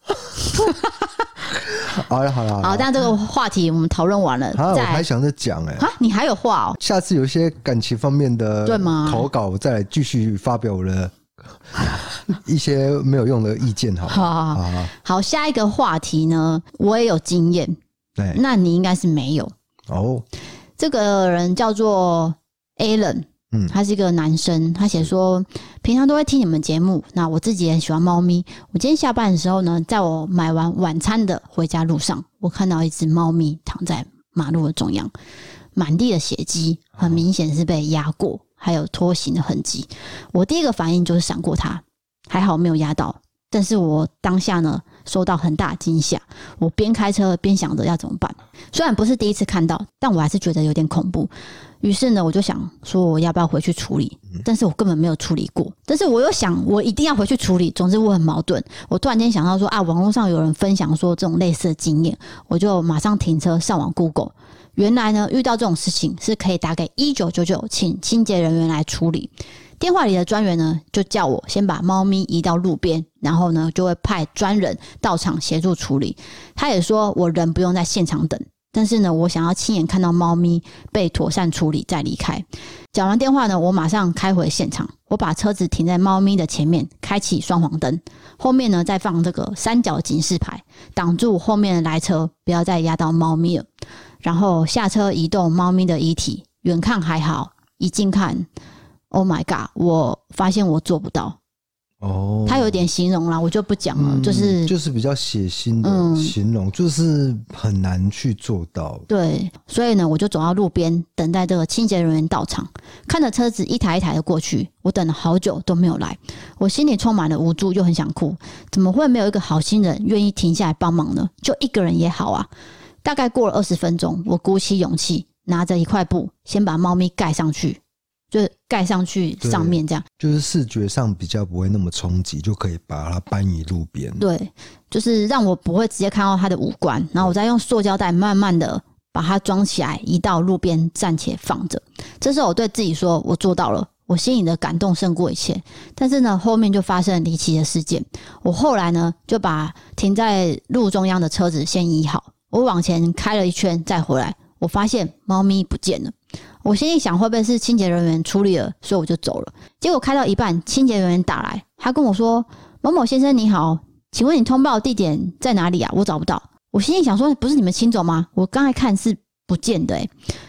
好了好了， 好，但这个话题我们讨论完了， 啊，我还想再讲哎， 啊，你还有话哦？ 下次有一些感情方面的对吗？ 投稿，我再来继续发表我的一些没有用的意见，好， 好好 好, 好, 好，下一个话题呢，我也有经验，对，那你应该是没有哦。这个人叫做 Alan。嗯，他是一个男生，他写说平常都会听你们节目，那我自己也很喜欢猫咪。我今天下班的时候呢，在我买完晚餐的回家路上，我看到一只猫咪躺在马路的中央，满地的血迹，很明显是被压过，还有拖行的痕迹。我第一个反应就是闪过它，还好没有压到，但是我当下呢受到很大惊吓，我边开车边想着要怎么办。虽然不是第一次看到，但我还是觉得有点恐怖。于是呢，我就想说我要不要回去处理，但是我根本没有处理过。但是我又想我一定要回去处理，总之我很矛盾。我突然间想到说啊，网络上有人分享说这种类似的经验，我就马上停车上网 Google。原来呢，遇到这种事情是可以打给一九九九，请清洁人员来处理。电话里的专员呢，就叫我先把猫咪移到路边，然后呢，就会派专人到场协助处理。他也说我人不用在现场等。但是呢，我想要亲眼看到猫咪被妥善处理再离开。讲完电话呢，我马上开回现场，我把车子停在猫咪的前面，开启双黄灯，后面呢再放这个三角警示牌，挡住后面的来车，不要再压到猫咪了。然后下车移动猫咪的遗体，远看还好，一近看 ，Oh my god！ 我发现我做不到。哦，他有点形容啦，我就不讲了、嗯，就是就是比较血腥的形容、嗯，就是很难去做到。 对，所以呢，我就走到路边，等待这个清洁人员到场，看着车子一台一台的过去，我等了好久都没有来，我心里充满了无助，又很想哭，怎么会没有一个好心人愿意停下来帮忙呢？就一个人也好啊。大概过了二十分钟，我鼓起勇气，拿着一块布，先把猫咪盖上去。就是盖上去上面这样， 就是视觉上比较不会那么冲击，就可以把它搬移路边。 对，就是让我不会直接看到它的五官，然后我再用塑胶袋慢慢的把它装起来，移到路边暂且放着。这时候我对自己说，我做到了，我心里的感动胜过一切。但是呢，后面就发生了离奇的事件。我后来呢，就把停在路中央的车子先移好，我往前开了一圈再回来，我发现猫咪不见了。我心里想会不会是清洁人员处理了，所以我就走了。结果开到一半，清洁人员打来，他跟我说：“某某先生你好，请问你通报地点在哪里啊？我找不到。”我心里想说：“不是你们清走吗？我刚才看是不见的、欸、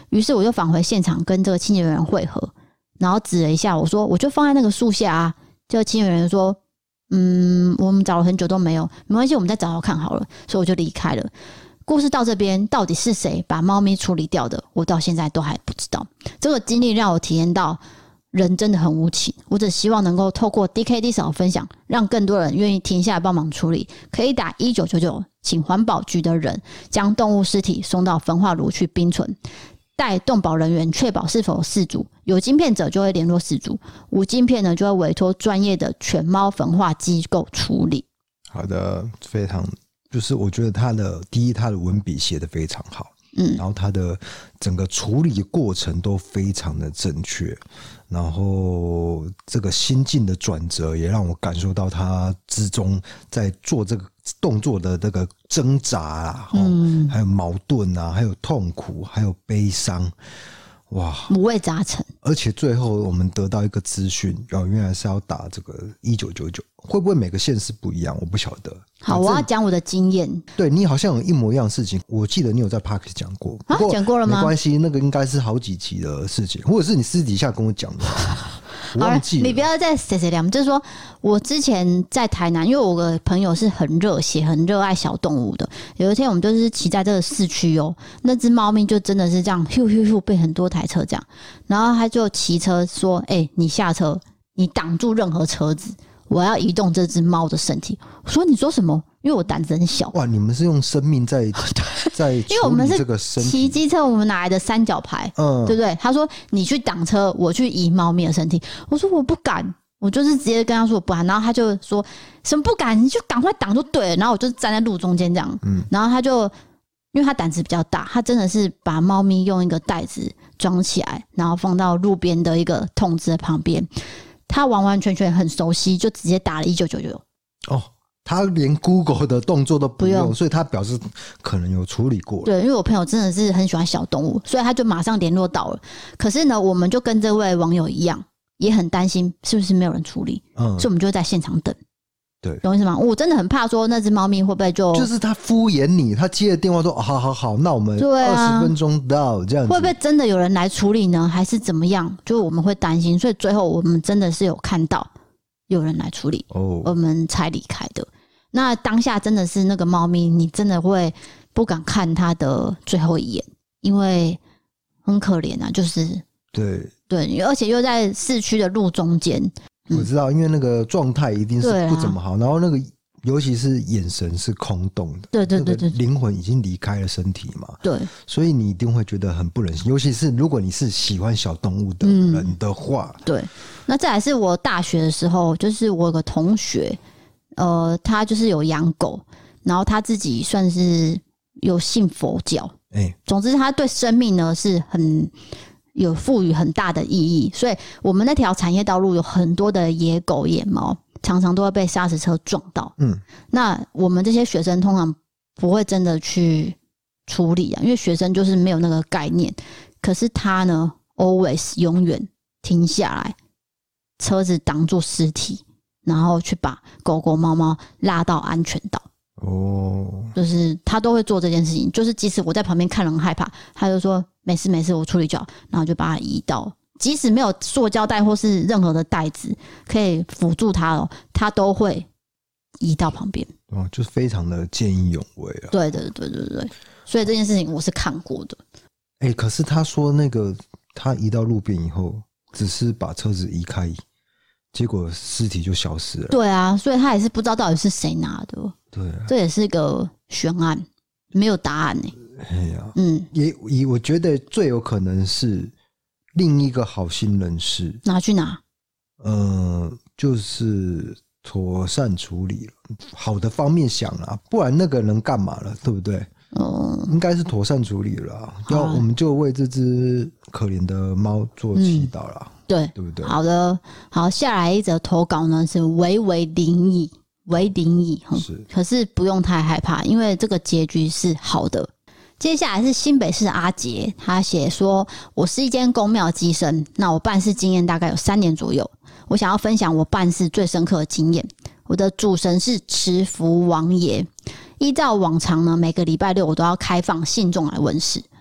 于是我就返回现场跟这个清洁人员会合，然后指了一下我说我就放在那个树下啊，这个清洁人员说嗯，我们找了很久都没有，没关系，我们再找找看好了，所以我就离开了。故事到这边，到底是谁把猫咪处理掉的，我到现在都还不知道。这个经历让我体验到人真的很无情，我只希望能够透过 D K D 嫂分享，让更多人愿意停下来帮忙处理。可以打一九九九，请环保局的人将动物尸体送到焚化炉去冰存，待动保人员确保是否饲主，有晶片者就会联络饲主，无晶片呢就会委托专业的犬猫焚化机构处理。 好的，非常，就是我觉得他的第一，他的文笔写得非常好，嗯，然后他的整个处理过程都非常的正确，然后这个心境的转折也让我感受到他之中在做这个动作的这个挣扎啊，嗯，还有矛盾啊，还有痛苦，还有悲伤，哇， 五味杂陈。 而且最后我们得到一个资讯，哦，原来是要打这个一九九九，会不会每个县市不一样？我不晓得。 好，我要讲我的经验。 对，你好像有一模一样的事情，我记得你有在 Podcast 讲过。 啊，讲过了吗？ 没关系，那个应该是好几集的事情，或者是你私底下跟我讲的。我忘记了， 你不要再谁谁聊，就是说我之前在台南，因为我的朋友是很热血、很热爱小动物的。有一天我们就是骑在这个市区哦，那只猫咪就真的是这样，咻咻咻被很多台车这样，然后他就骑车说：“哎、欸，你下车，你挡住任何车子，我要移动这只猫的身体。”我说：“你说什么？”因为我胆子很小。 哇，你们是用生命在在因为我们是骑机车，我们哪来的三角牌？嗯，对不对？他说你去挡车，我去移猫咪的身体。我说我不敢，我就是直接跟他说我不敢。然后他就说什么不敢，你就赶快挡就对了。然后我就站在路中间这样，嗯，然后他就因为他胆子比较大，他真的是把猫咪用一个袋子装起来，然后放到路边的一个桶子的旁边。他完完全全很熟悉，就直接打了一九九九。 哦。他连 Google 的动作都不用，不用，所以他表示可能有处理过了。 对，因为我朋友真的是很喜欢小动物，所以他就马上联络到了。可是呢，我们就跟这位网友一样，也很担心是不是没有人处理，嗯，所以我们就在现场等。 对， 懂意思吗？我真的很怕说那只猫咪会不会就就是他敷衍你，他接了电话说、哦、好好好，那我们二十分钟到这样子， 会不会真的有人来处理呢？还是怎么样？就我们会担心，所以最后我们真的是有看到有人来处理，哦，我们才离开的。那当下真的是那个猫咪，你真的会不敢看它的最后一眼，因为很可怜啊，就是对对，而且又在市区的路中间。 我知道，因为那个状态一定是不怎么好，然后那个尤其是眼神是空洞的， 对对对对， 灵魂已经离开了身体嘛， 对， 所以你一定会觉得很不忍心，尤其是如果你是喜欢小动物的人的话， 嗯、对。那再来是我大学的时候，就是我有个同学。呃，他就是有养狗，然后他自己算是有信佛教，欸、总之他对生命呢是很有赋予很大的意义，所以我们那条产业道路有很多的野狗野猫，常常都会被砂石车撞到。嗯，那我们这些学生通常不会真的去处理啊，因为学生就是没有那个概念。可是他呢 ，always 永远停下来，车子挡住尸体。然后去把狗狗猫猫拉到安全岛哦，就是他都会做这件事情，就是即使我在旁边看了很害怕，他就说没事没事，我处理就好，然后就把它移到，即使没有塑胶袋或是任何的袋子可以辅助他哦，他都会移到旁边哦，就是非常的见义勇为啊。 对对对对对，所以这件事情我是看过的。 哎、欸，可是他说那个他移到路边以后，只是把车子移开。结果尸体就消失了。 对啊，所以他也是不知道到底是谁拿的。 对、啊， 这也是个悬案，没有答案呢、欸。 哎呀、啊，嗯，也也我觉得最有可能是另一个好心人士拿去拿， 呃，就是妥善处理了。好的方面想啊，不然那个能干嘛了，对不对？嗯，应该是妥善处理了啦。要我们就为这只可怜的猫做祈祷啦。嗯， 对， 对不对？ 好的，好，下来一则投稿呢是微微灵异，微灵异，是，可是不用太害怕，因为这个结局是好的。接下来是新北市的阿杰，他写说：我是一间公庙乩身，那我办事经验大概有三年左右，我想要分享我办事最深刻的经验。我的主神是持福王爷，依照往常呢，每个礼拜六我都要开放信众来问事。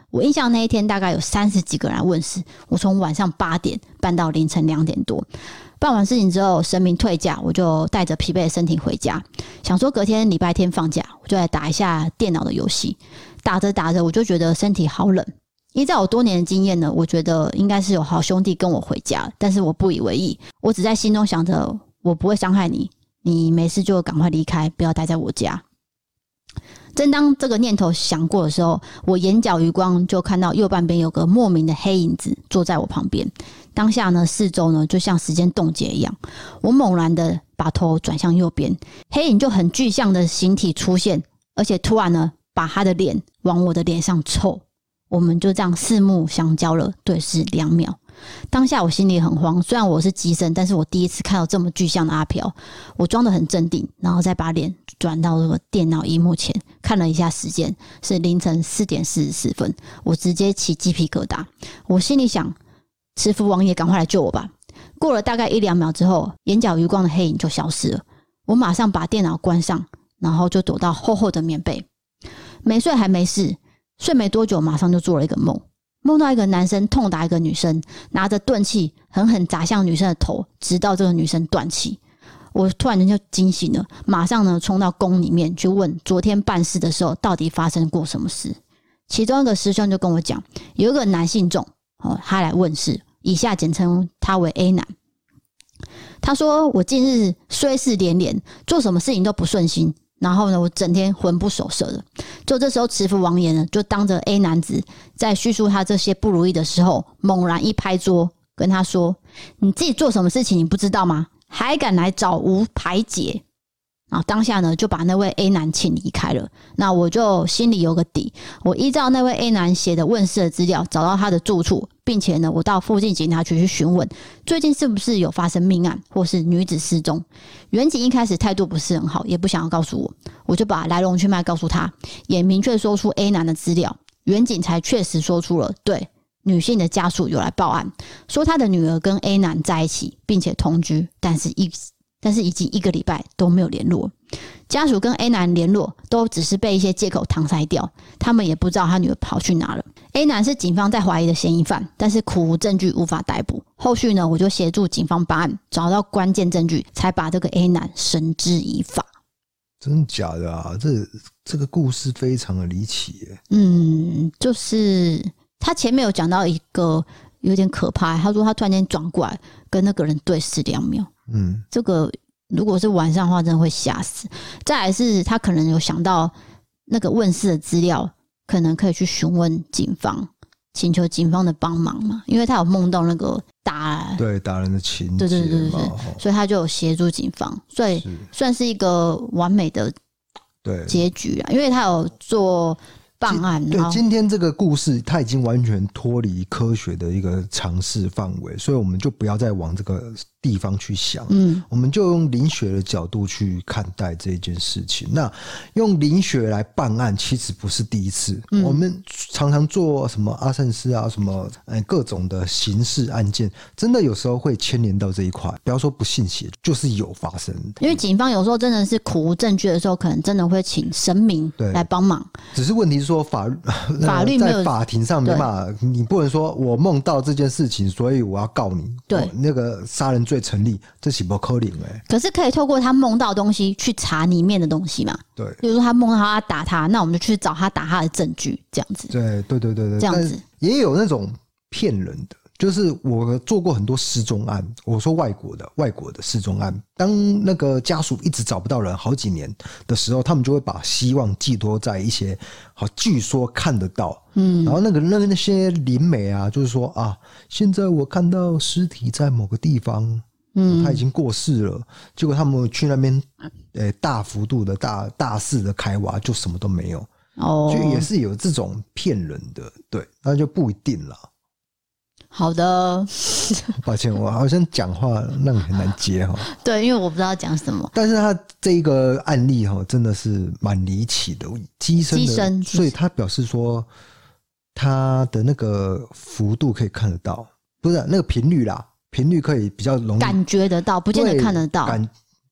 我印象那一天大概有三十几个人来问事，我从晚上八点办到凌晨两点多。办完事情之后，神明退假，我就带着疲惫的身体回家，想说隔天礼拜天放假，我就来打一下电脑的游戏。打着打着，我就觉得身体好冷。依照我多年的经验呢，我觉得应该是有好兄弟跟我回家，但是我不以为意，我只在心中想着，我不会伤害你，你没事就赶快离开，不要待在我家。正当这个念头想过的时候，我眼角余光就看到右半边有个莫名的黑影子坐在我旁边。当下呢，四周呢就像时间冻结一样，我猛然的把头转向右边，黑影就很具象的形体出现，而且突然呢把他的脸往我的脸上凑。我们就这样四目相交了，对视两秒。当下我心里很慌，虽然我是机身，但是我第一次看到这么具象的阿飘。我装得很镇定，然后再把脸转到这个电脑萤幕前，看了一下时间，是凌晨四点四十四分。我直接起鸡皮疙瘩，我心里想，慈福王爷赶快来救我吧。过了大概一两秒之后，眼角余光的黑影就消失了。我马上把电脑关上，然后就躲到厚厚的棉被。没睡还没事，睡没多久马上就做了一个梦。梦到一个男生痛打一个女生，拿着钝器狠狠砸向女生的头，直到这个女生断气。我突然间就惊醒了，马上呢冲到宫里面去问昨天办事的时候到底发生过什么事。其中一个师兄就跟我讲，有一个男信众、哦、他来问事，以下简称他为 A 男。他说，我近日衰事连连，做什么事情都不顺心，然后呢，我整天魂不守舍的。就这时候，慈福王爷呢，就当着 A 男子在叙述他这些不如意的时候，猛然一拍桌，跟他说：“你自己做什么事情你不知道吗？还敢来找吾排解？”然后当下呢，就把那位 A 男请离开了。那我就心里有个底，我依照那位 A 男写的问事的资料，找到他的住处，并且呢，我到附近警察局去询问，最近是不是有发生命案，或是女子失踪。员警一开始态度不是很好，也不想要告诉我，我就把来龙去脉告诉他，也明确说出 A 男的资料。员警才确实说出了，对，女性的家属有来报案，说她的女儿跟 A 男在一起，并且同居，但是一但是已经一个礼拜都没有联络。家属跟 A 男联络都只是被一些借口搪塞掉，他们也不知道他女儿跑去哪了。 A 男是警方在怀疑的嫌疑犯，但是苦无证据无法逮捕。后续呢，我就协助警方办案，找到关键证据，才把这个 A 男绳之以法。 真的假的啊？这这个故事非常的离奇耶。 嗯，就是他前面有讲到一个有点可怕，他说他突然间转过来跟那个人对视两秒。嗯，这个如果是晚上的话，真的会吓死。再来是他可能有想到那个问事的资料，可能可以去询问警方，请求警方的帮忙嘛，因为他有梦到那个打对打人的情节， 对对对对对，所以他就有协助警方，所以算是一个完美的结局啊，因为他有做办案。 对，今天这个故事它已经完全脱离科学的一个尝试范围，所以我们就不要再往这个地方去想，嗯，我们就用灵学的角度去看待这件事情。那用灵学来办案其实不是第一次，嗯，我们常常做什么阿善师啊，什么各种的刑事案件，真的有时候会牵连到这一块，不要说不信邪，就是有发生。 因为警方有时候真的是苦无证据的时候，可能真的会请神明来帮忙。 只是问题是说法法律在法庭上没办法，你不能说我梦到这件事情，所以我要告你，对，那个杀人罪成立，这是不可能欸。 可是可以透过他梦到的东西去查里面的东西嘛？ 对， 比如说他梦到他打他，那我们就去找他打他的证据，这样子。 对对对对对， 这样子也有那种骗人的。就是我做过很多失踪案，我说外国的外国的失踪案，当那个家属一直找不到人好几年的时候，他们就会把希望寄托在一些好据说看得到，嗯，然后那个那那些灵媒啊，就是说啊，现在我看到尸体在某个地方，嗯，他已经过世了，结果他们去那边，呃，大幅度的大大肆的开挖，就什么都没有，哦，就也是有这种骗人的，对，那就不一定了。 好的， 抱歉，我好像讲话让你很难接哈。 对，因为我不知道讲什么。 但是他这一个案例哈，真的是蛮离奇的，机身的， 机身， 所以他表示说他的那个幅度可以看得到，不是那个频率啦，频率可以比较容易感觉得到，不见得看得到。 感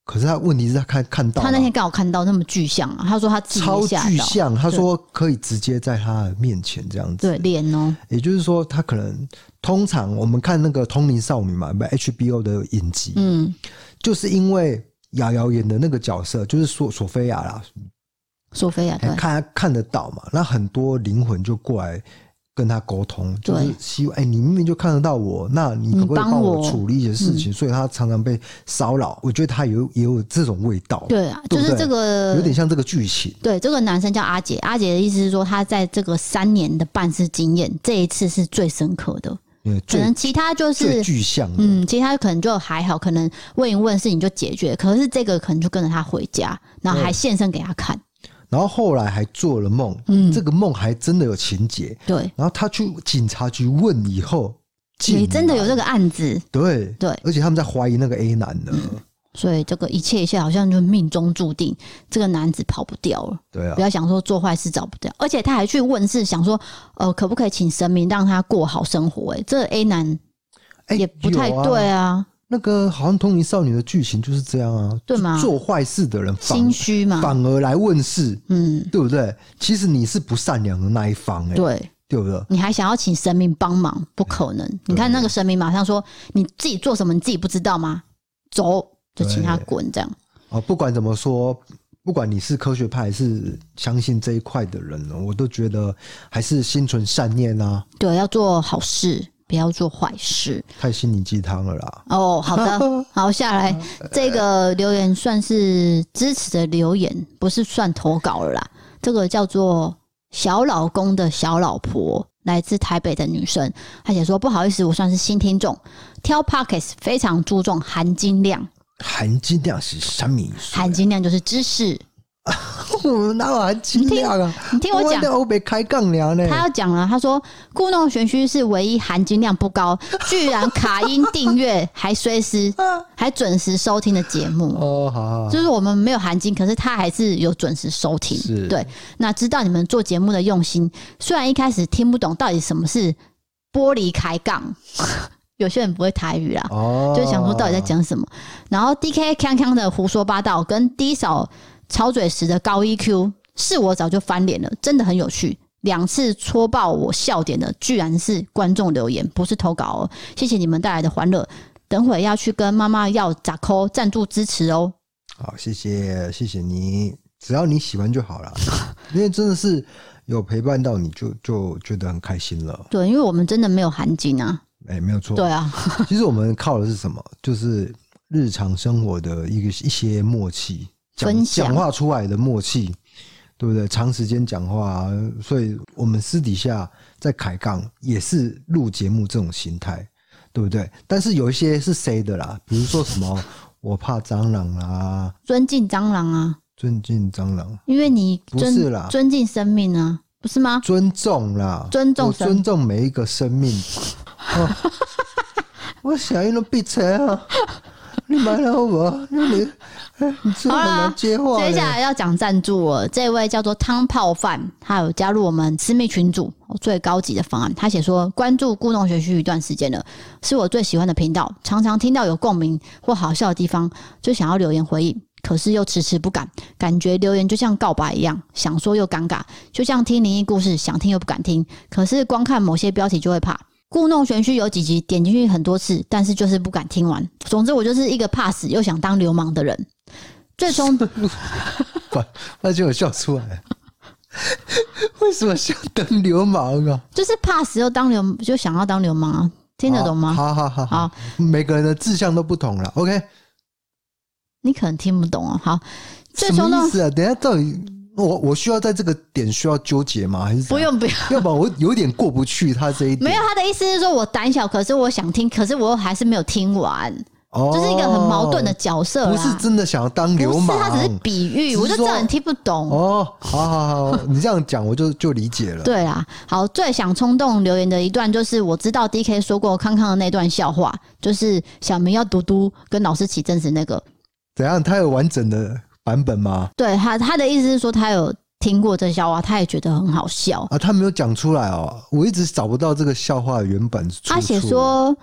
可是他问题是他看看到， 他那天刚好看到那么具象啊，他说他自己超吓到具象，他说可以直接在他的面前这样子， 对脸哦， 也就是说他可能通常我们看那个通灵少女嘛 H B O 的影集，嗯，就是因为瑶瑶演的那个角色就是索索菲亚啦， 索菲亚对， 看看得到嘛，那很多灵魂就过来跟他沟通，就是希望哎、欸，你明明就看得到我，那你可不可以帮我处理一些事情？嗯、所以他常常被骚扰，我觉得他有也有这种味道。 对啊， 对对就是这个有点像这个剧情。 对，这个男生叫阿杰，阿杰的意思是说，他在这个三年的办事经验，这一次是最深刻的。可能其他就是最具象的， 嗯，其他可能就还好，可能问一问事情就解决。可是这个可能就跟着他回家，然后还现身给他看。 然后后来还做了梦，嗯，这个梦还真的有情节， 对。 然后他去警察局问以后， 也真的有这个案子， 对对， 而且他们在怀疑那个 A 男的、嗯， 所以这个一切一切好像就命中注定，这个男子跑不掉了， 对啊， 不要想说做坏事找不掉，而且他还去问事，想说，呃，可不可以请神明让他过好生活、欸？哎，这个 A 男也不太对啊。 那个好像通灵少女的剧情就是这样啊， 对吗？ 做坏事的人心虚嘛， 反而来问事， 嗯， 对不对？其实你是不善良的那一方、欸， 对， 对不对？ 你还想要请神明帮忙，不可能。你看那个神明马上说：“你自己做什么，你自己不知道吗？”走，就请他滚，这样。 哦，不管怎么说，不管你是科学派还是相信这一块的人，我都觉得还是心存善念啊。 对，要做好事。不要做坏事， 太心灵鸡汤了啦。 哦，好的，好，下来这个留言算是支持的留言，不是算投稿了啦。这个叫做小老公的小老婆，来自台北的女生，她写说：“不好意思，我算是新听众，挑 Podcast 非常注重含金量。 含金量是什么意思？ 含金量就是知识。” 我哪有含金量啊？ 你听我讲， 我被开杠聊呢。 他要讲了，他说故弄玄虚是唯一含金量不高，居然卡音订阅还随时还准时收听的节目。 哦，好好好， 就是我们没有含金，可是他还是有准时收听。对，那知道你们做节目的用心，虽然一开始听不懂到底什么是玻璃开杠。有些人不会台语啦，哦、就想说到底在讲什么。然后 D K 康康的胡说八道跟低扫吵嘴时的高 E Q， 是我早就翻脸了，真的很有趣。两次戳爆我笑点的，居然是观众留言，不是投稿哦。谢谢你们带来的欢乐，等会要去跟妈妈要咋扣赞助支持哦。 好，谢谢谢谢你，只要你喜欢就好了，因为真的是有陪伴到你就就觉得很开心了。 对，因为我们真的没有含金啊。 哎、欸，没有错。 对啊， 其实我们靠的是什么？就是日常生活的一个一些默契，讲讲话出来的默契，对不对？长时间讲话，所以我们私底下在开杠也是录节目这种心态，对不对？但是有一些是谁的啦，比如说什么我怕蟑螂啦， 尊敬蟑螂啊， 尊敬蟑螂， 因为你不是啦， 尊敬生命啊，不是吗？ 尊重啦， 尊重， 我尊重每一个生命。哦、我想要闭嘴啊！你买了我，你你真的很难接话。 接下来要讲赞助了，这位叫做汤泡饭，他有加入我们私密群组最高级的方案。他写说，关注故弄玄虚一段时间了，是我最喜欢的频道，常常听到有共鸣或好笑的地方，就想要留言回应。可是又迟迟不敢，感觉留言就像告白一样，想说又尴尬，就像听灵异故事，想听又不敢听。可是光看某些标题就会怕。故弄玄虚有几集点进去很多次，但是就是不敢听完。总之我就是一个怕死又想当流氓的人。最终发现我笑出来，为什么想当流氓啊？ 就是怕死又当流，就想要当流氓啊，听得懂吗？ 好好好好，每个人的志向都不同了。OK， 你可能听不懂哦。好， 什么意思啊？等一下到底。我我需要在这个点需要纠结吗？还是不用不用？ 要不然我有点过不去他这一点。 没有，他的意思是说我胆小，可是我想听，可是我还是没有听完。哦，就是一个很矛盾的角色啦。 不是真的想要当流氓， 不是，他只是比喻，我就知道你听不懂。 哦，好好好，你这样讲我就就理解了。 对啦，好，最想冲动留言的一段就是我知道 D K 说过康康的那段笑话，就是小明要嘟嘟跟老师起争执那个。 怎样？他有完整的版本吗？ 对，他他的意思是说他有听过这笑话，他也觉得很好笑啊。他没有讲出来哦，我一直找不到这个笑话的原本出处。 他写说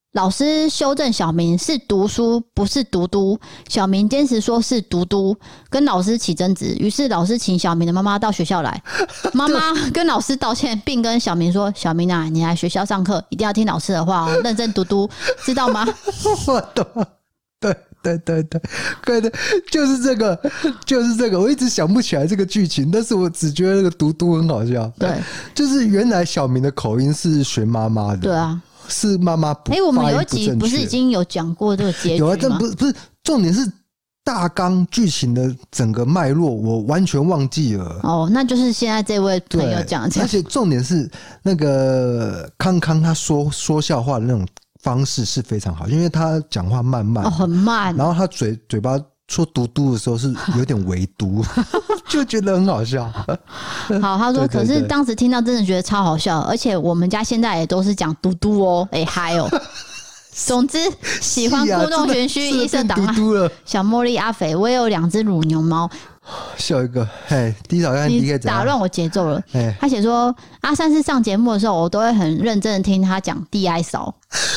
老师修正小明是读书不是读读，小明坚持说是读读，跟老师起争执，于是老师请小明的妈妈到学校来，妈妈跟老师道歉，并跟小明说：小明啊，你来学校上课一定要听老师的话哦，认真读读，知道吗？ 我懂，对对对对对对，就是这个，就是这个，我一直想不起来这个剧情，但是我只觉得那个嘟嘟很好笑。 对， 就是原来小明的口音是学妈妈的。 对啊。 是妈妈不， 哎、欸，我们有一集不是已经有讲过这个结局吗？ 有啊，但不是不是重点是大纲剧情的整个脉络，我完全忘记了。 哦，那就是现在这位朋友讲的， 而且重点是那个康康他说说笑话的那种方式是非常好，因为他讲话慢慢， 哦，很慢， 然后他嘴嘴巴说嘟嘟的时候是有点微嘟，就觉得很好笑。 好，他说， 对对对， 可是当时听到真的觉得超好笑，而且我们家现在也都是讲嘟嘟哦，哎嗨哦。总之，喜欢故弄玄虚、异色档案、小茉莉、阿肥，我也有两只乳牛猫。 笑一个，嘿，第一早看 D K 打乱我节奏了。他写说，阿三是上节目的时候，我都会很认真的听他讲 D I 嫂。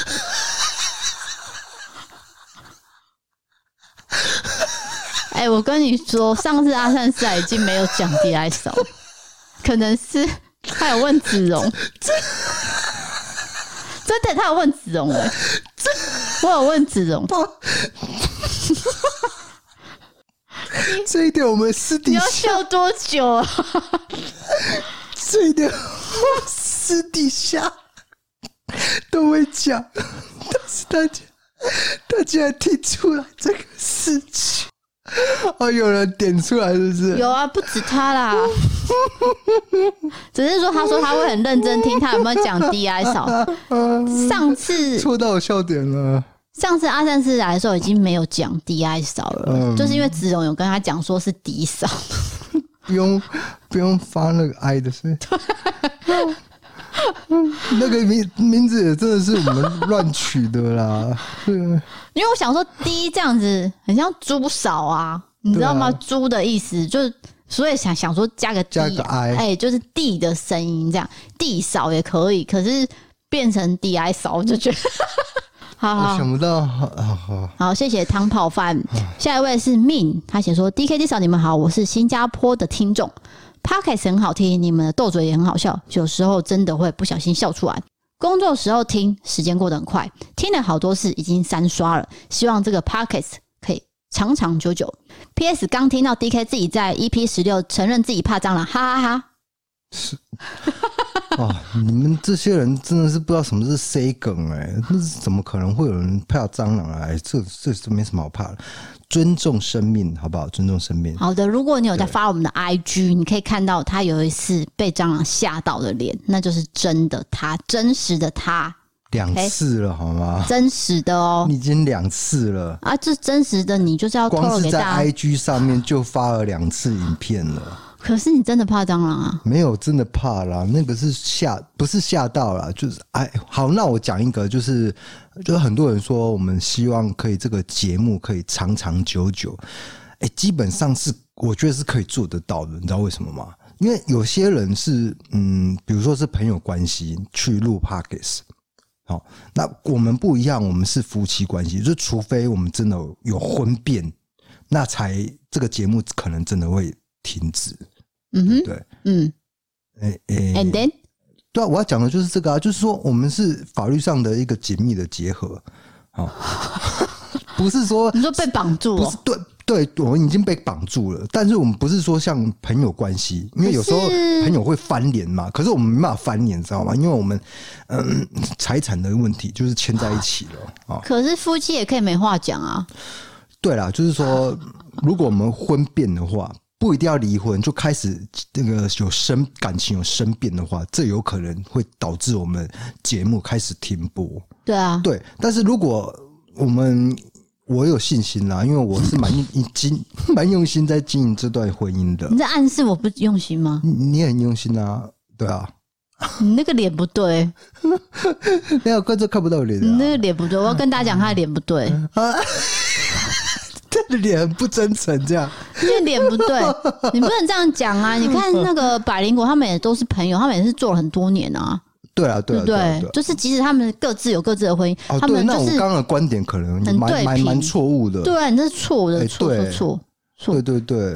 哎、欸，我跟你说，上次阿善是已经没有讲 D I 嫂，可能是他有问子荣，真的他有问子荣哎、欸，我有问子荣， 这一点我们私底下你要笑多久啊？ 这一点我私底下都会讲，但是大家大家听出来这个事情。哦，有人点出来是不是？ 有啊，不止他啦，只是说他说他会很认真听他有没有讲 D I 嫂。上次戳到我笑点了。 上次阿善师来的时候已经没有讲 D I 嫂了、嗯，就是因为子荣有跟他讲说是 D 嫂， 不用不用发那个 I 的声。那个名名字也真的是我们乱取的啦。 因为我想说 D 这样子很像猪嫂啊，你知道吗？猪、啊、的意思就是，所以想想说加个 D， 加个 I， 哎、欸，就是 D 的声音这样，地嫂也可以，可是变成 D I 嫂，我就觉得。好好， 我想不到，好好， 好，谢谢汤泡饭。下一位是 Min， 他写说 ：“D K D 嫂，你们好，我是新加坡的听众。Podcast 很好听，你们的斗嘴也很好笑，有时候真的会不小心笑出来。工作时候听，时间过得很快，听了好多次，已经三刷了。希望这个 Podcast 可以长长久久。P S 刚听到 D K 自己在 E P 十六承认自己怕蟑螂，哈哈哈。 是哦，你们这些人真的是不知道什么是 C 梗哎、欸，那怎么可能会有人怕蟑螂啊？这这这没什么好怕的。尊重生命，好不好？尊重生命。 好的，如果你有在发我们的 I G， 你可以看到他有一次被蟑螂吓到的脸，那就是真的他，真实的他。 两次了，好吗？ 真实的哦， 你已经两次了啊！这真实的，你就是要透露给大家。 光是在 I G 上面就发了两次影片了。 可是你真的怕蟑螂啊？ 没有，真的怕啦。那个是吓，不是吓到啦，就是哎，好，那我讲一个，就是就是很多人说我们希望可以这个节目可以长长久久，哎、欸，基本上是我觉得是可以做得到的。你知道为什么吗？因为有些人是嗯，比如说是朋友关系去录 Podcast， 好，那我们不一样，我们是夫妻关系，就除非我们真的有婚变，那才这个节目可能真的会停止。 嗯哼， 对， 嗯， 欸欸 and then， 对啊，我要讲的就是这个啊，就是说我们是法律上的一个紧密的结合，好，不是说你说被绑住、哦， 不是对对，我们已经被绑住了，但是我们不是说像朋友关系，因为有时候朋友会翻脸嘛，可是我们没办法翻脸，知道吗？因为我们嗯财产的问题就是牵在一起了啊。 可是夫妻也可以没话讲啊。 对啦，就是说，如果我们婚变的话。不一定要离婚，就开始那个有生感情有生变的话，这有可能会导致我们节目开始停播。 对啊， 对。但是如果我们我有信心啦，因为我是蛮经蛮用心在经营这段婚姻的。 你在暗示我不用心吗？ 你你也很用心啊，对啊。 你那个脸不对， 没有观众看不到脸、啊。 你那个脸不对，我要跟大家讲他的脸不对。 啊他的脸很不真诚，这样， 因为脸不对，你不能这样讲啊！你看那个百灵果，他们也都是朋友，他们也是做了很多年啊。 对啊，对啊， 对对啊， 对，就是即使他们各自有各自的婚姻， 哦， 他们那就是我刚刚的观点可能很对蛮蛮错误的。 对啊，你这是错的，错错错错。 对对对。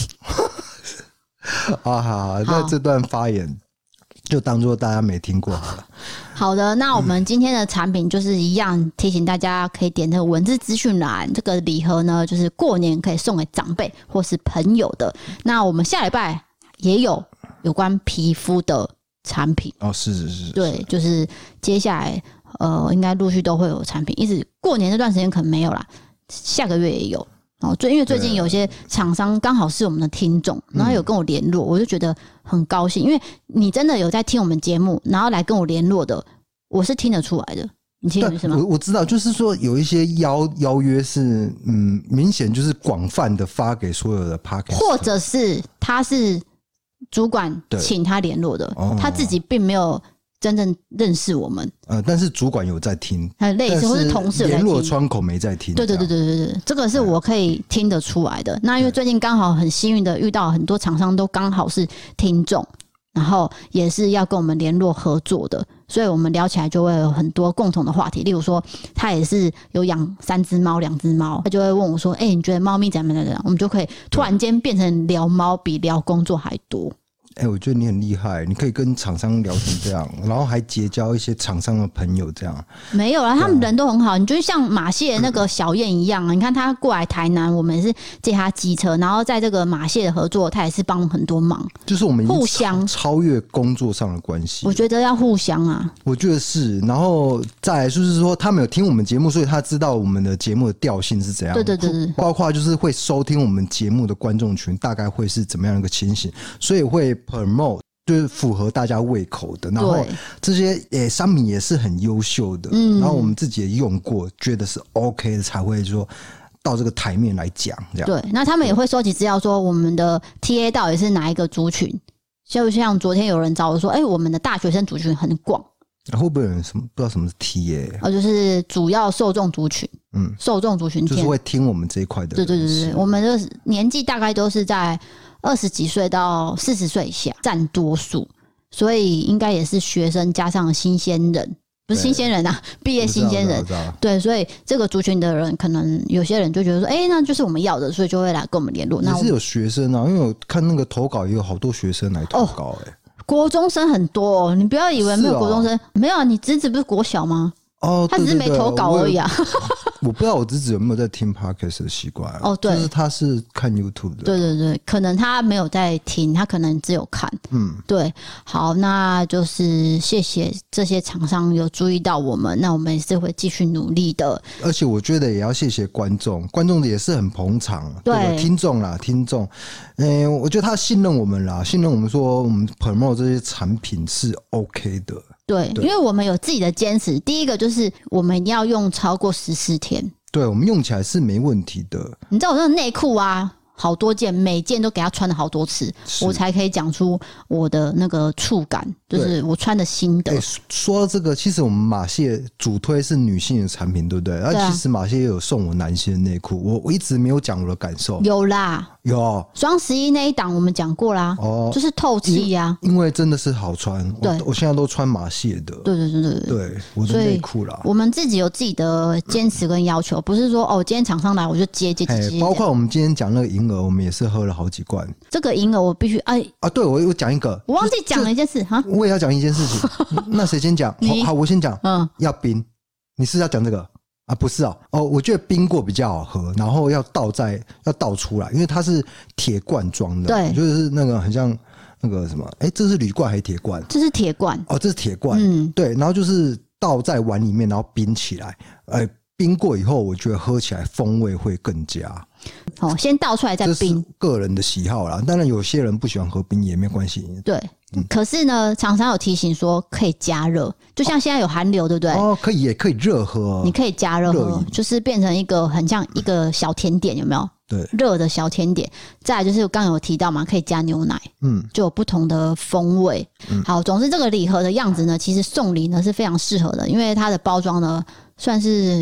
啊，好，那这段发言就当做大家没听过好了。 好的，那我们今天的产品就是一样，提醒大家可以点这个文字资讯栏。这个礼盒呢，就是过年可以送给长辈或是朋友的。那我们下礼拜也有有关皮肤的产品哦，是是是， 对，就是接下来呃，应该陆续都会有产品，一直过年这段时间可能没有啦，下个月也有。哦，最因为最近有些厂商刚好是我们的听众，然后有跟我联络，我就觉得很高兴，因为你真的有在听我们节目，然后来跟我联络的，我是听得出来的。你听得意思吗？ 我我知道，就是说有一些邀邀约是，嗯，明显就是广泛的发给所有的 podcast， 或者是他是主管请他联络的，哦、他自己并没有真正认识我们。 呃，但是主管有在听， 类似或是同事有在听， 联络窗口没在听。 对对对对对对，这个是我可以听得出来的。那因为最近刚好很幸运的遇到很多厂商都刚好是听众，然后也是要跟我们联络合作的，所以我们聊起来就会有很多共同的话题。例如说，他也是有养三只猫、两只猫，他就会问我说：“哎、欸，你觉得猫咪怎么怎么样？”我们就可以突然间变成聊猫比聊工作还多。 哎、欸，我觉得你很厉害，你可以跟厂商聊成这样，然后还结交一些厂商的朋友，这样没有啦，他们人都很好。你就像马蟹那个小燕一样，你看他过来台南，我们也是借他机车，然后在这个马蟹的合作，他也是帮我很多忙， 就是我们互相超越工作上的关系。 我觉得要互相啊， 我觉得是，然后再来就是说，他们有听我们节目，所以他知道我们的节目的调性是怎样。 对对对对， 包括就是会收听我们节目的观众群大概会是怎么样一个情形，所以会 promote。就是符合大家胃口的，然后这些诶商品也是很优秀的，嗯，然后我们自己也用过，觉得是 OK 的，才会说到这个台面来讲，这样。 对，那他们也会收集资料，说我们的 T A 到底是哪一个族群，就像昨天有人找我说，哎、欸，我们的大学生族群很广。 会不会有人什么不知道什么是 T A？ 哦，就是主要受众族群，嗯，受众族群就是会听我们这一块的人。 对对对对，我们的年纪大概都是在二十几岁到四十岁以下占多数，所以应该也是学生加上新鲜人，不是新鲜人啊，毕业新鲜人。对，所以这个族群的人，可能有些人就觉得说，哎、欸，那就是我们要的，所以就会来跟我们联络。 也是有学生啊，因为我看那个投稿也有好多学生来投稿、欸，哎、哦。 国中生很多、哦，你不要以为没有国中生，哦、没有啊，你侄子不是国小吗？ 哦， 他只是没投稿而已啊。 我不知道我侄子有没有在听 podcast 的习惯、啊。哦，对，就是他是看 YouTube 的。 对对对，可能他没有在听，他可能只有看。嗯，对。好，那就是谢谢这些厂商有注意到我们，那我们也是会继续努力的。 而且我觉得也要谢谢观众，观众也是很捧场。对，听众啦，听众，嗯、欸，我觉得他信任我们啦，信任我们说我们 promote 这些产品是 OK 的。 对，因为我们有自己的坚持。第一个就是我们一定要用超过十四天， 对，我们用起来是没问题的。 你知道我那个内裤啊，好多件，每件都给他穿了好多次，我才可以讲出我的那个触感，就是我穿的心得。 欸、说到这个，其实我们马蟹主推是女性的产品，对不对？而、啊、其实马蟹也有送我男性的内裤，我我一直没有讲我的感受。 有啦。 有双十一那一档我们讲过啦，哦，就是透气呀、啊， 因为真的是好穿，对，我, 我现在都穿马蟹的， 对对对对对， 对我的内裤啦。 我们自己有自己的坚持跟要求，不是说哦，今天厂商来我就接接接接。 包括我们今天讲那个银耳，我们也是喝了好几罐。 这个银耳我必须哎啊，对我我讲一个， 我忘记讲了一件事哈， 我也要讲一件事情。那谁先讲？好，好，我先讲。嗯，要冰，你是要讲这个？啊，不是哦，哦，我觉得冰过比较好喝，然后要倒在要倒出来，因为它是铁罐装的，对，就是那个很像那个什么，哎、欸，这是铝罐还是铁罐？ 这是铁罐， 哦，这是铁罐，嗯，对，然后就是倒在碗里面，然后冰起来，哎、欸，冰过以后，我觉得喝起来风味会更佳。 哦，先倒出来再冰， 个人的喜好啦，当然有些人不喜欢喝冰也没关系， 对。嗯、可是呢，厂商有提醒说可以加热，就像现在有寒流，对不对？ 哦，可以，也可以热喝， 你可以加热喝，就是变成一个很像一个小甜点，有没有？ 对， 热的小甜点。再来就是我刚刚有提到嘛，可以加牛奶，嗯，就有不同的风味。嗯、好，总之这个礼盒的样子呢，其实送礼呢是非常适合的，因为它的包装呢算是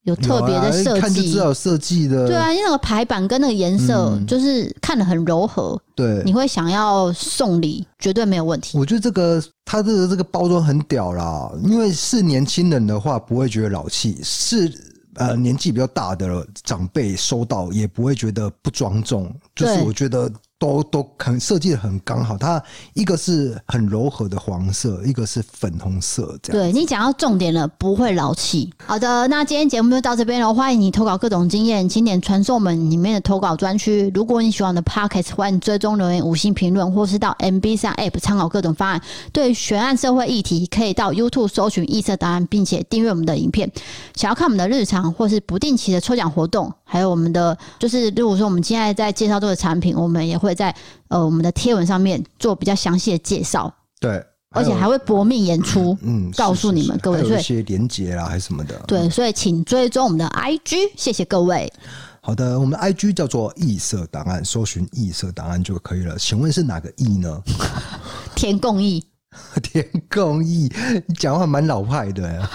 有特别的设计， 看就知道有设计的。 对啊，因为那个排版跟那个颜色，就是看得很柔和。对，你会想要送礼，绝对没有问题。 我觉得这个它的这个包装很屌啦，因为是年轻人的话不会觉得老气，是呃年纪比较大的长辈收到也不会觉得不庄重，就是我觉得。都都很设计的很刚好，它一个是很柔和的黄色，一个是粉红色，这样。 对，你讲到重点了，不会老气。好的，那今天节目就到这边了，欢迎你投稿各种经验，请点传送门里面的投稿专区。如果你喜欢我的 Podcast， 欢迎追踪留言、五星评论，或是到 M B 三 App 参考各种方案。对悬案社会议题，可以到 YouTube 搜寻异色答案，并且订阅我们的影片。想要看我们的日常或是不定期的抽奖活动，还有我们的就是如果说我们现在在介绍这个产品，我们也会在呃我们的贴文上面做比较详细的介绍。 对， 而且还会搏命演出，嗯，告诉你们各位， 还有一些连结啦还是什么的。 对，所以请追踪我们的 I G， 谢谢各位。 好的，我们的 I G 叫做异色档案，搜寻异色档案就可以了。请问是哪个异呢？ 田共义。 田共义，你讲话蛮老派的呀。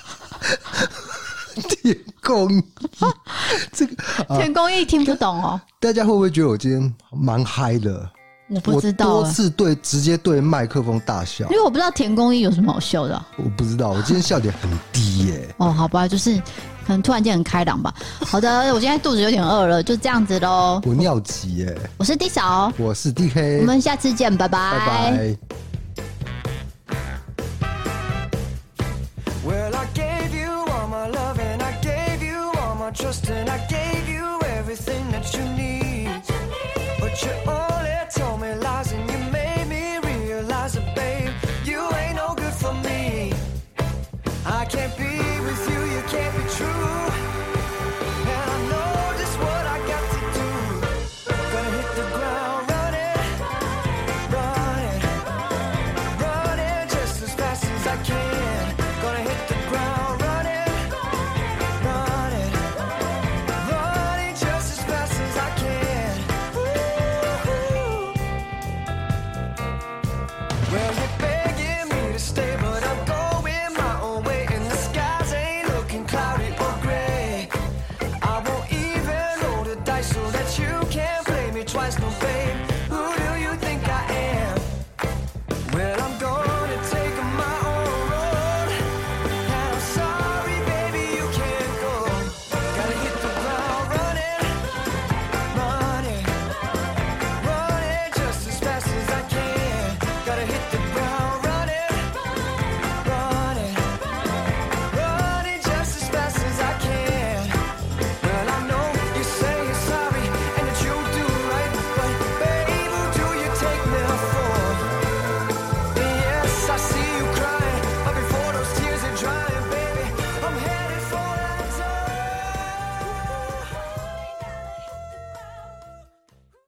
田共义，这个、 啊、田共义听不懂哦。 大家会不会觉得我今天蛮嗨的？ 我不知道， 我多次对直接对麦克风大笑， 因为我不知道田共义有什么好笑的、啊。 我不知道，我今天笑点很低耶、欸。 哦，好吧，就是可能突然间很开朗吧。好的，我现在肚子有点饿了，就这样子咯。 我尿急耶、欸。 我是 D 嫂， 我是 D K， 我们下次见，拜拜， 拜拜。 Well, I gave you all my love and I gave you all my trust and I gave you